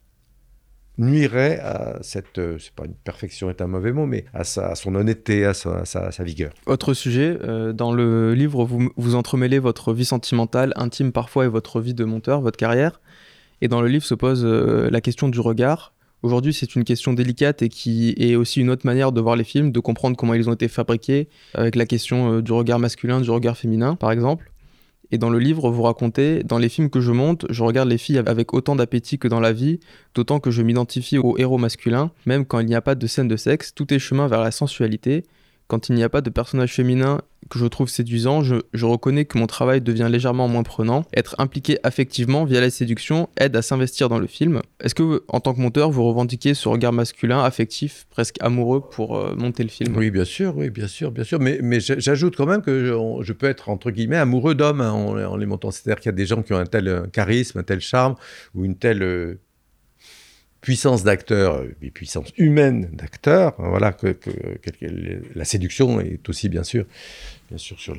nuirait à cette, c'est pas une perfection est un mauvais mot, mais à son honnêteté, à sa vigueur. Autre sujet, dans le livre, vous entremêlez votre vie sentimentale, intime parfois, et votre vie de monteur, votre carrière. Et dans le livre se pose la question du regard. Aujourd'hui, c'est une question délicate et qui est aussi une autre manière de voir les films, de comprendre comment ils ont été fabriqués, avec la question du regard masculin, du regard féminin, par exemple. Et dans le livre, vous racontez, dans les films que je monte, je regarde les filles avec autant d'appétit que dans la vie, d'autant que je m'identifie au héros masculin, même quand il n'y a pas de scène de sexe, tout est chemin vers la sensualité. Quand il n'y a pas de personnage féminin que je trouve séduisant, je reconnais que mon travail devient légèrement moins prenant. Être impliqué affectivement via la séduction aide à s'investir dans le film. Est-ce que, en tant que monteur, vous revendiquez ce regard masculin, affectif, presque amoureux pour monter le film? Oui, bien sûr. Mais j'ajoute quand même que je peux être, entre guillemets, amoureux d'hommes hein, en les montant. C'est-à-dire qu'il y a des gens qui ont un tel charisme, un tel charme, ou une telle... puissance d'acteur, puissance humaine d'acteur, voilà, que la séduction est aussi bien sûr sur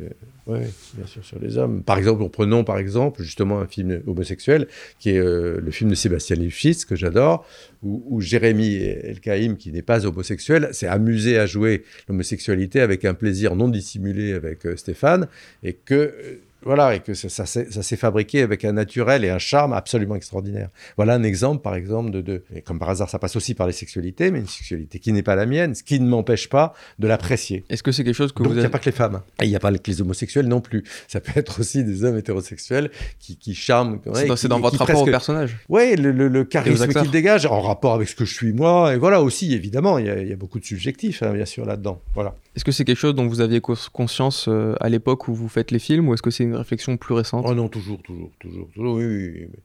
les hommes. Par exemple, prenons justement un film homosexuel qui est le film de Sébastien Lifshitz que j'adore, où Jérémy Elkaïm, qui n'est pas homosexuel, s'est amusé à jouer l'homosexualité avec un plaisir non dissimulé avec Stéphane, et que ça s'est fabriqué avec un naturel et un charme absolument extraordinaire. Voilà un exemple, par exemple, et comme par hasard, ça passe aussi par les sexualités, mais une sexualité qui n'est pas la mienne, ce qui ne m'empêche pas de l'apprécier. Est-ce que c'est quelque chose que Donc, il n'y a pas que les femmes. Et il n'y a pas que les homosexuels non plus. Ça peut être aussi des hommes hétérosexuels qui charment. C'est dans votre rapport au personnage. Oui, le charisme qu'il dégage, en rapport avec ce que je suis moi. Et voilà, aussi, évidemment, il y a beaucoup de subjectifs, hein, bien sûr, là-dedans. Voilà. Est-ce que c'est quelque chose dont vous aviez conscience à l'époque où vous faites les films, ou est-ce que c'est une réflexion plus récente? Oh non, toujours, oui.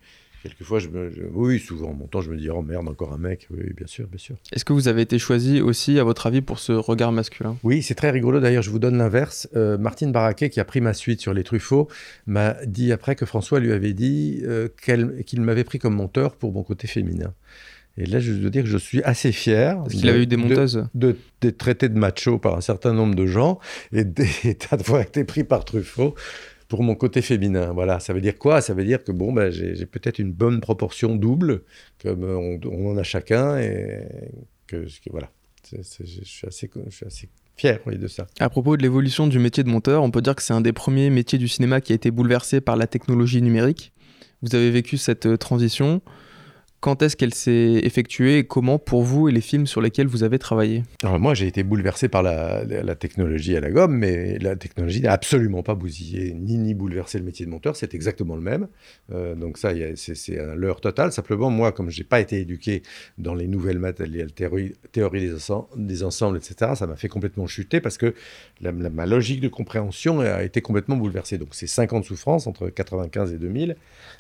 quelquefois, oui, souvent en montant, je me dis, oh merde, encore un mec. Oui, bien sûr, bien sûr. Est-ce que vous avez été choisi aussi, à votre avis, pour ce regard masculin ? Oui, c'est très rigolo. D'ailleurs, je vous donne l'inverse. Martine Barraquet, qui a pris ma suite sur les Truffaut, m'a dit après que François lui avait dit qu'il m'avait pris comme monteur pour mon côté féminin. Et là, je dois dire que je suis assez fier. Parce qu'il avait eu des monteuses. D'être traité de macho par un certain nombre de gens et d'avoir été pris par Truffaut pour mon côté féminin. Voilà, ça veut dire quoi ? Ça veut dire que j'ai peut-être une bonne proportion double, comme on en a chacun, et voilà. Je suis assez fier de ça. À propos de l'évolution du métier de monteur, on peut dire que c'est un des premiers métiers du cinéma qui a été bouleversé par la technologie numérique. Vous avez vécu cette transition. Quand est-ce qu'elle s'est effectuée et comment pour vous et les films sur lesquels vous avez travaillé ? Alors moi, j'ai été bouleversé par la technologie à la gomme, mais la technologie n'a absolument pas bousillé ni bouleversé le métier de monteur, c'est exactement le même. Donc ça, c'est un leurre total. Simplement, moi, comme je n'ai pas été éduqué dans les nouvelles matériels, théorie des ensembles, etc., ça m'a fait complètement chuter parce que ma logique de compréhension a été complètement bouleversée. Donc c'est 5 ans de souffrance entre 95 et 2000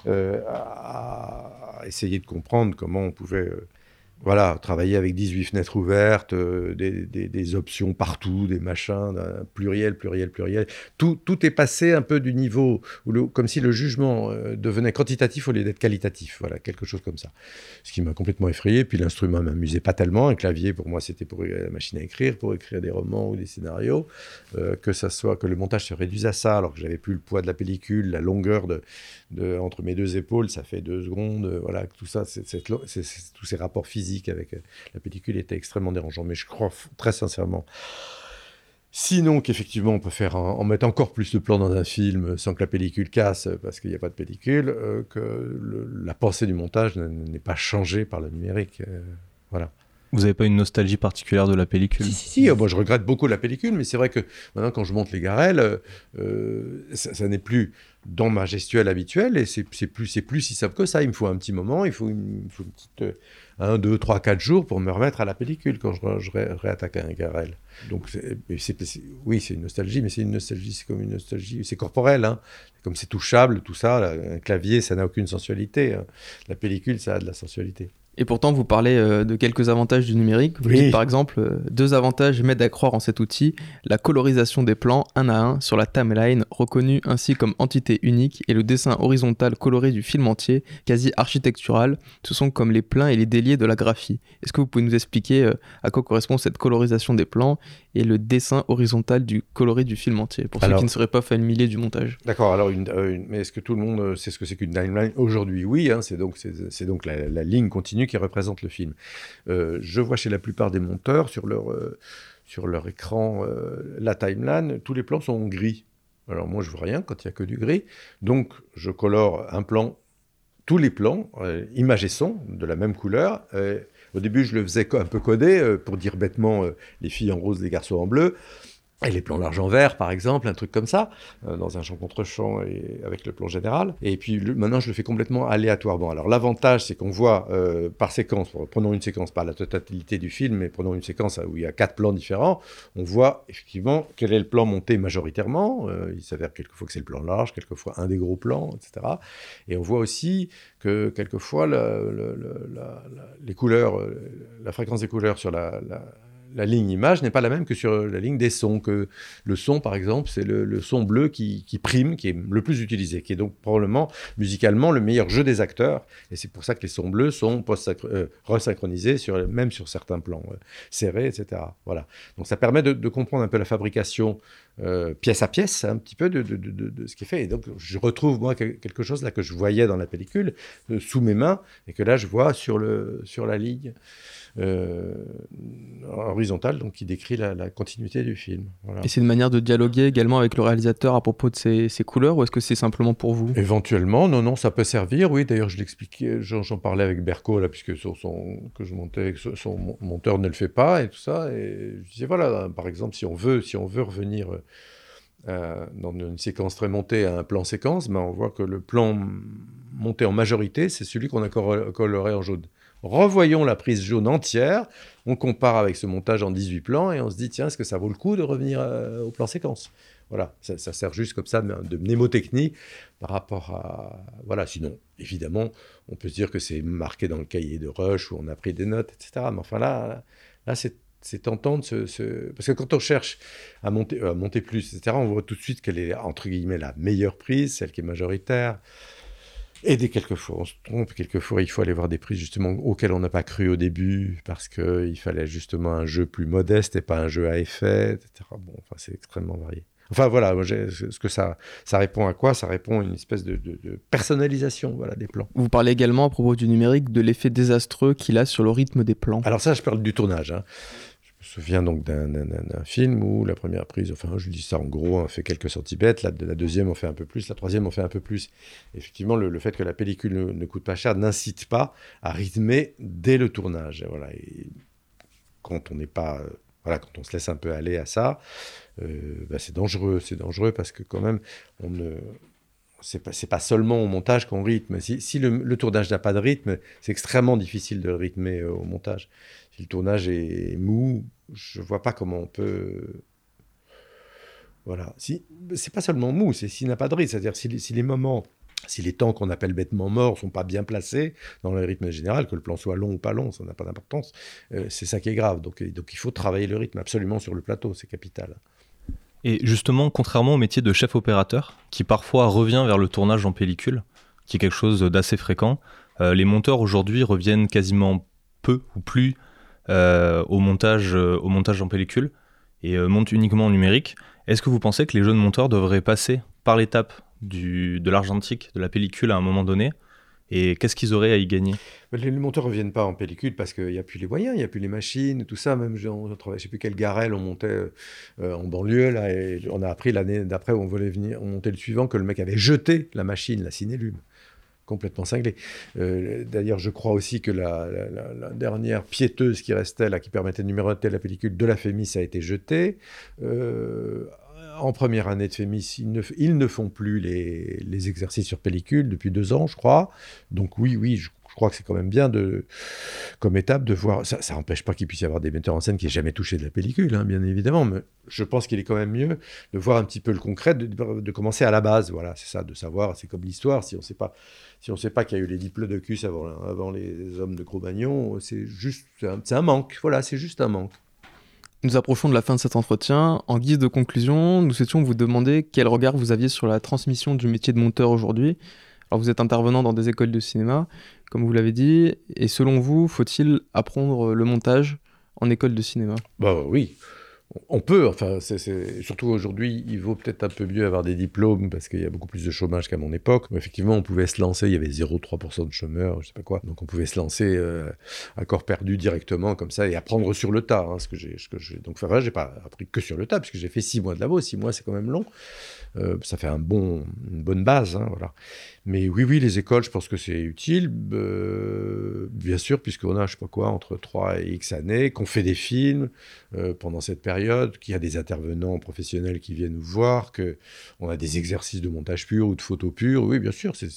à essayer de comprendre comment on pouvait travailler avec 18 fenêtres ouvertes, des options partout, des machins, pluriel. Tout est passé un peu du niveau, comme si le jugement devenait quantitatif au lieu d'être qualitatif. Voilà, quelque chose comme ça. Ce qui m'a complètement effrayé. Puis l'instrument ne m'amusait pas tellement. Un clavier, pour moi, c'était pour la machine à écrire, pour écrire des romans ou des scénarios. Que le montage se réduise à ça, alors que j'avais plus le poids de la pellicule, la longueur entre mes deux épaules, ça fait 2 secondes. Voilà, tout ça, tous ces rapports physiques avec la pellicule était extrêmement dérangeant, mais je crois très sincèrement, sinon qu'effectivement on peut en mettre encore plus de plans dans un film sans que la pellicule casse parce qu'il n'y a pas de pellicule, que la pensée du montage n'est pas changée par le numérique. Voilà. Vous n'avez pas une nostalgie particulière de la pellicule ? Si. Moi, je regrette beaucoup la pellicule, mais c'est vrai que maintenant, quand je monte les Garrel, ça n'est plus dans ma gestuelle habituelle, et c'est plus si simple que ça. Il me faut un petit moment, il faut une petite 1, 2, 3, 4 jours pour me remettre à la pellicule quand je réattaque un Garrel. Donc, oui, c'est une nostalgie, mais c'est comme une nostalgie, c'est corporel, hein. Comme c'est touchable, tout ça, un clavier, ça n'a aucune sensualité, hein. La pellicule, ça a de la sensualité. Et pourtant, vous parlez de quelques avantages du numérique. Vous dites par exemple, 2 avantages m'aident à croire en cet outil, la colorisation des plans 1 à 1 sur la timeline, reconnue ainsi comme entité unique, et le dessin horizontal coloré du film entier, quasi architectural. Ce sont comme les pleins et les déliés de la graphie. Est-ce que vous pouvez nous expliquer à quoi correspond cette colorisation des plans et le dessin horizontal coloré du film entier, pour ceux qui ne seraient pas familiers du montage ? D'accord, alors mais est-ce que tout le monde sait ce que c'est qu'une timeline ? Aujourd'hui, oui, hein, c'est donc la ligne continue qui représente le film. Je vois chez la plupart des monteurs, sur leur écran, la timeline, tous les plans sont en gris. Alors moi, je vois rien quand il n'y a que du gris. Donc, je colore tous les plans, image et son, de la même couleur. Au début, je le faisais un peu codé, pour dire bêtement les filles en rose, les garçons en bleu. Et les plans large en vert, par exemple, un truc comme ça, dans un champ contre champ et avec le plan général. Et puis maintenant, je le fais complètement aléatoirement. Alors l'avantage, c'est qu'on voit par séquence, prenons une séquence, pas la totalité du film, mais prenons une séquence où il y a 4 plans différents, on voit effectivement quel est le plan monté majoritairement. Il s'avère quelquefois que c'est le plan large, quelquefois un des gros plans, etc. Et on voit aussi que quelquefois les couleurs, la fréquence des couleurs sur la ligne image n'est pas la même que sur la ligne des sons, que le son, par exemple, c'est le son bleu qui prime, qui est le plus utilisé, qui est donc probablement, musicalement, le meilleur jeu des acteurs, et c'est pour ça que les sons bleus sont resynchronisés, même sur certains plans serrés, etc. Voilà. Donc ça permet de comprendre un peu la fabrication pièce à pièce, un petit peu de ce qui est fait, et donc je retrouve, moi, quelque chose là que je voyais dans la pellicule, sous mes mains, et que là, je vois sur la ligne horizontale, donc qui décrit la continuité du film. Voilà. Et c'est une manière de dialoguer également avec le réalisateur à propos de ces couleurs, ou est-ce que c'est simplement pour vous ? Éventuellement, non, ça peut servir, oui. D'ailleurs, je l'expliquais, j'en parlais avec Berco, là, puisque que je montais avec son monteur ne le fait pas, et tout ça, et je disais, voilà, par exemple, si on veut revenir dans une séquence très montée à un plan séquence, on voit que le plan monté en majorité, c'est celui qu'on a coloré en jaune. Revoyons la prise jaune entière, on compare avec ce montage en 18 plans et on se dit, tiens, est-ce que ça vaut le coup de revenir au plan séquence ? Voilà, ça sert juste comme ça de mnémotechnie par rapport à... Voilà, sinon, évidemment, on peut se dire que c'est marqué dans le cahier de Rush où on a pris des notes, etc. Mais enfin là c'est tentant parce que quand on cherche à monter plus, etc., on voit tout de suite quelle est, entre guillemets, la meilleure prise, celle qui est majoritaire. Et quelquefois, on se trompe, quelquefois, il faut aller voir des prises justement auxquelles on n'a pas cru au début, parce qu'il fallait justement un jeu plus modeste et pas un jeu à effet, etc. Bon, enfin, c'est extrêmement varié. Enfin voilà, ce que ça répond à quoi? Ça répond à une espèce de personnalisation, voilà, des plans. Vous parlez également à propos du numérique de l'effet désastreux qu'il a sur le rythme des plans. Alors ça, je parle du tournage, hein. Je me souviens donc d'un film où la première prise, enfin je dis ça en gros, on fait quelques centimètres, la deuxième on fait un peu plus, la troisième on fait un peu plus. Effectivement, le fait que la pellicule ne coûte pas cher n'incite pas à rythmer dès le tournage. Et voilà. Et quand on n'est pas, quand on se laisse un peu aller à ça, c'est dangereux parce que quand même c'est pas seulement au montage qu'on rythme. Si le tournage n'a pas de rythme, c'est extrêmement difficile de le rythmer au montage. Si le tournage est mou, je vois pas comment on peut... Voilà. C'est pas seulement mou, c'est s'il n'a pas de rythme. C'est-à-dire si les temps qu'on appelle bêtement morts sont pas bien placés dans le rythme général, que le plan soit long ou pas long, ça n'a pas d'importance. C'est ça qui est grave. Donc il faut travailler le rythme absolument sur le plateau, c'est capital. Et justement, contrairement au métier de chef opérateur, qui parfois revient vers le tournage en pellicule, qui est quelque chose d'assez fréquent, les monteurs aujourd'hui reviennent quasiment peu ou plus au montage en pellicule et montent uniquement en numérique. Est-ce que vous pensez que les jeunes monteurs devraient passer par l'étape de l'argentique, de la pellicule à un moment donné? Et qu'est-ce qu'ils auraient à y gagner? Les monteurs ne reviennent pas en pellicule parce qu'il n'y a plus les moyens, il n'y a plus les machines, tout ça. Même je ne sais plus quelle Garel on montait en banlieue, là, et on a appris l'année d'après où on montait le suivant que le mec avait jeté la machine, la Cinélume. Complètement cinglé. D'ailleurs, je crois aussi que la dernière piéteuse qui restait, là, qui permettait de numéroter la pellicule de la Fémis, a été jetée. En première année de Fémis, ils ne font plus les exercices sur pellicule depuis 2 ans, je crois. Donc oui, je crois que c'est quand même bien comme étape de voir... Ça n'empêche pas qu'il puisse y avoir des metteurs en scène qui n'aient jamais touché de la pellicule, hein, bien évidemment, mais je pense qu'il est quand même mieux de voir un petit peu le concret, de commencer à la base. Voilà, c'est ça, de savoir, c'est comme l'histoire, si on ne sait pas qu'il y a eu les diplodocus avant les hommes de Cro-Magnon, c'est un manque. Voilà, c'est juste un manque. Nous approchons de la fin de cet entretien. En guise de conclusion, nous souhaitions vous demander quel regard vous aviez sur la transmission du métier de monteur aujourd'hui. Alors vous êtes intervenant dans des écoles de cinéma, comme vous l'avez dit, et selon vous, faut-il apprendre le montage en école de cinéma? Oui, on peut, enfin, surtout aujourd'hui, il vaut peut-être un peu mieux avoir des diplômes parce qu'il y a beaucoup plus de chômage qu'à mon époque. Mais effectivement, on pouvait se lancer, il y avait 0,3% de chômeurs, je sais pas quoi. Donc on pouvait se lancer à corps perdu directement comme ça et apprendre sur le tas. Hein, donc j'ai pas appris que sur le tas puisque j'ai fait 6 mois de labo. 6 mois, c'est quand même long. Ça fait une bonne base, hein, voilà. Mais oui, les écoles, je pense que c'est utile, bien sûr, puisqu'on a, je sais pas quoi, entre 3 et X années, qu'on fait des films pendant cette période, qu'il y a des intervenants professionnels qui viennent nous voir, qu'on a des exercices de montage pur ou de photo pure. Oui, bien sûr, ce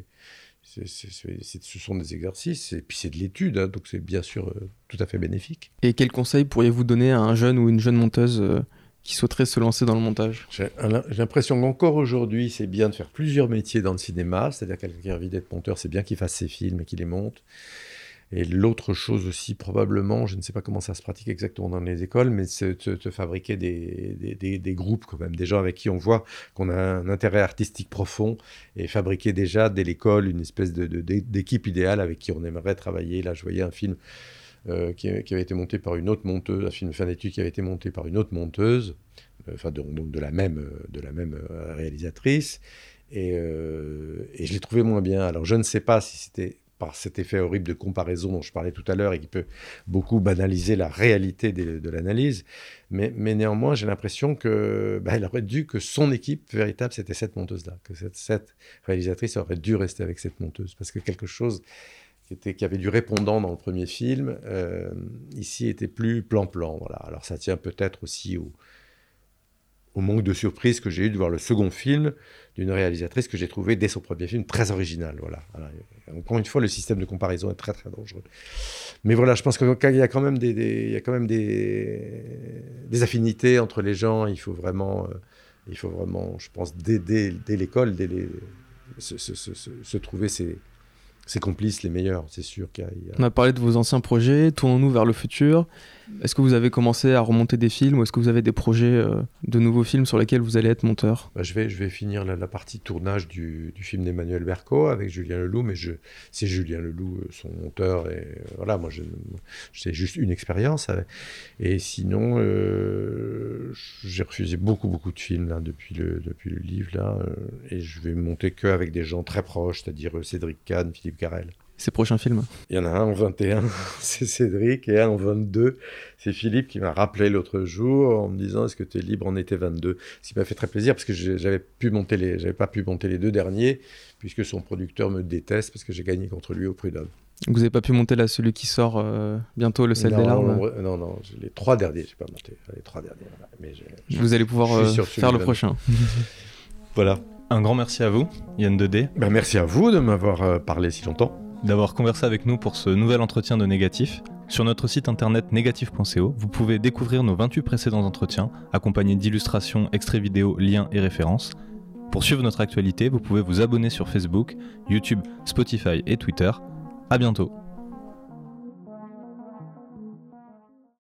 sont des exercices, et puis c'est de l'étude, hein, donc c'est bien sûr tout à fait bénéfique. Et quel conseil pourriez-vous donner à un jeune ou une jeune monteuse qui souhaiterait se lancer dans le montage? J'ai l'impression qu'encore aujourd'hui, c'est bien de faire plusieurs métiers dans le cinéma. C'est-à-dire quelqu'un qui a envie d'être monteur, c'est bien qu'il fasse ses films et qu'il les monte. Et l'autre chose aussi, probablement, je ne sais pas comment ça se pratique exactement dans les écoles, mais c'est de fabriquer des groupes quand même, des gens avec qui on voit qu'on a un intérêt artistique profond et fabriquer déjà dès l'école une espèce d'équipe idéale avec qui on aimerait travailler. Là, je voyais un film qui avait été monté par une autre monteuse, un film fin d'études qui avait été monté par une autre monteuse, donc de la même réalisatrice, et je l'ai trouvé moins bien. Alors je ne sais pas si c'était par cet effet horrible de comparaison dont je parlais tout à l'heure et qui peut beaucoup banaliser la réalité de l'analyse, mais néanmoins j'ai l'impression qu'elle aurait dû, que son équipe véritable c'était cette monteuse-là, que cette réalisatrice aurait dû rester avec cette monteuse, parce que quelque chose qui avait du répondant dans le premier film, ici était plus plan-plan. Voilà. Alors ça tient peut-être aussi au manque de surprise que j'ai eu de voir le second film d'une réalisatrice que j'ai trouvé dès son premier film très original. Voilà. Encore une fois, le système de comparaison est très très dangereux. Mais voilà, je pense qu'il y a quand même des affinités entre les gens. Il faut vraiment Il faut vraiment, je pense, dès l'école, se trouver ses complices les meilleurs, c'est sûr qu'il y a... On a parlé de vos anciens projets, tournons-nous vers le futur. Est-ce que vous avez commencé à remonter des films ou est-ce que vous avez des projets de nouveaux films sur lesquels vous allez être monteur ? Je vais finir la partie tournage du film d'Emmanuel Berco avec Julien Leloup, mais c'est Julien Leloup, son monteur, et voilà, moi c'est juste une expérience. Et sinon, j'ai refusé beaucoup de films là, depuis le livre, là, et je vais monter qu'avec des gens très proches, c'est-à-dire Cédric Kahn, Philippe Carrel. Ces prochains films ? Il y en a un en 21, c'est Cédric, et un en 22, c'est Philippe qui m'a rappelé l'autre jour en me disant « Est-ce que tu es libre en été 22 ?» Ce qui m'a fait très plaisir parce que j'avais pas pu monter les 2 derniers puisque son producteur me déteste parce que j'ai gagné contre lui au Prud'homme. Vous n'avez pas pu monter là celui qui sort bientôt, Le sel des larmes ? Non, les 3 derniers, je n'ai pas monté. Les 3 derniers, voilà. Mais vous allez pouvoir faire le prochain. Voilà. Un grand merci à vous, Yann Dedé. Merci à vous de m'avoir parlé si longtemps. D'avoir conversé avec nous pour ce nouvel entretien de Négatif. Sur notre site internet négatif.co, vous pouvez découvrir nos 28 précédents entretiens, accompagnés d'illustrations, extraits vidéo, liens et références. Pour suivre notre actualité, vous pouvez vous abonner sur Facebook, YouTube, Spotify et Twitter. À bientôt.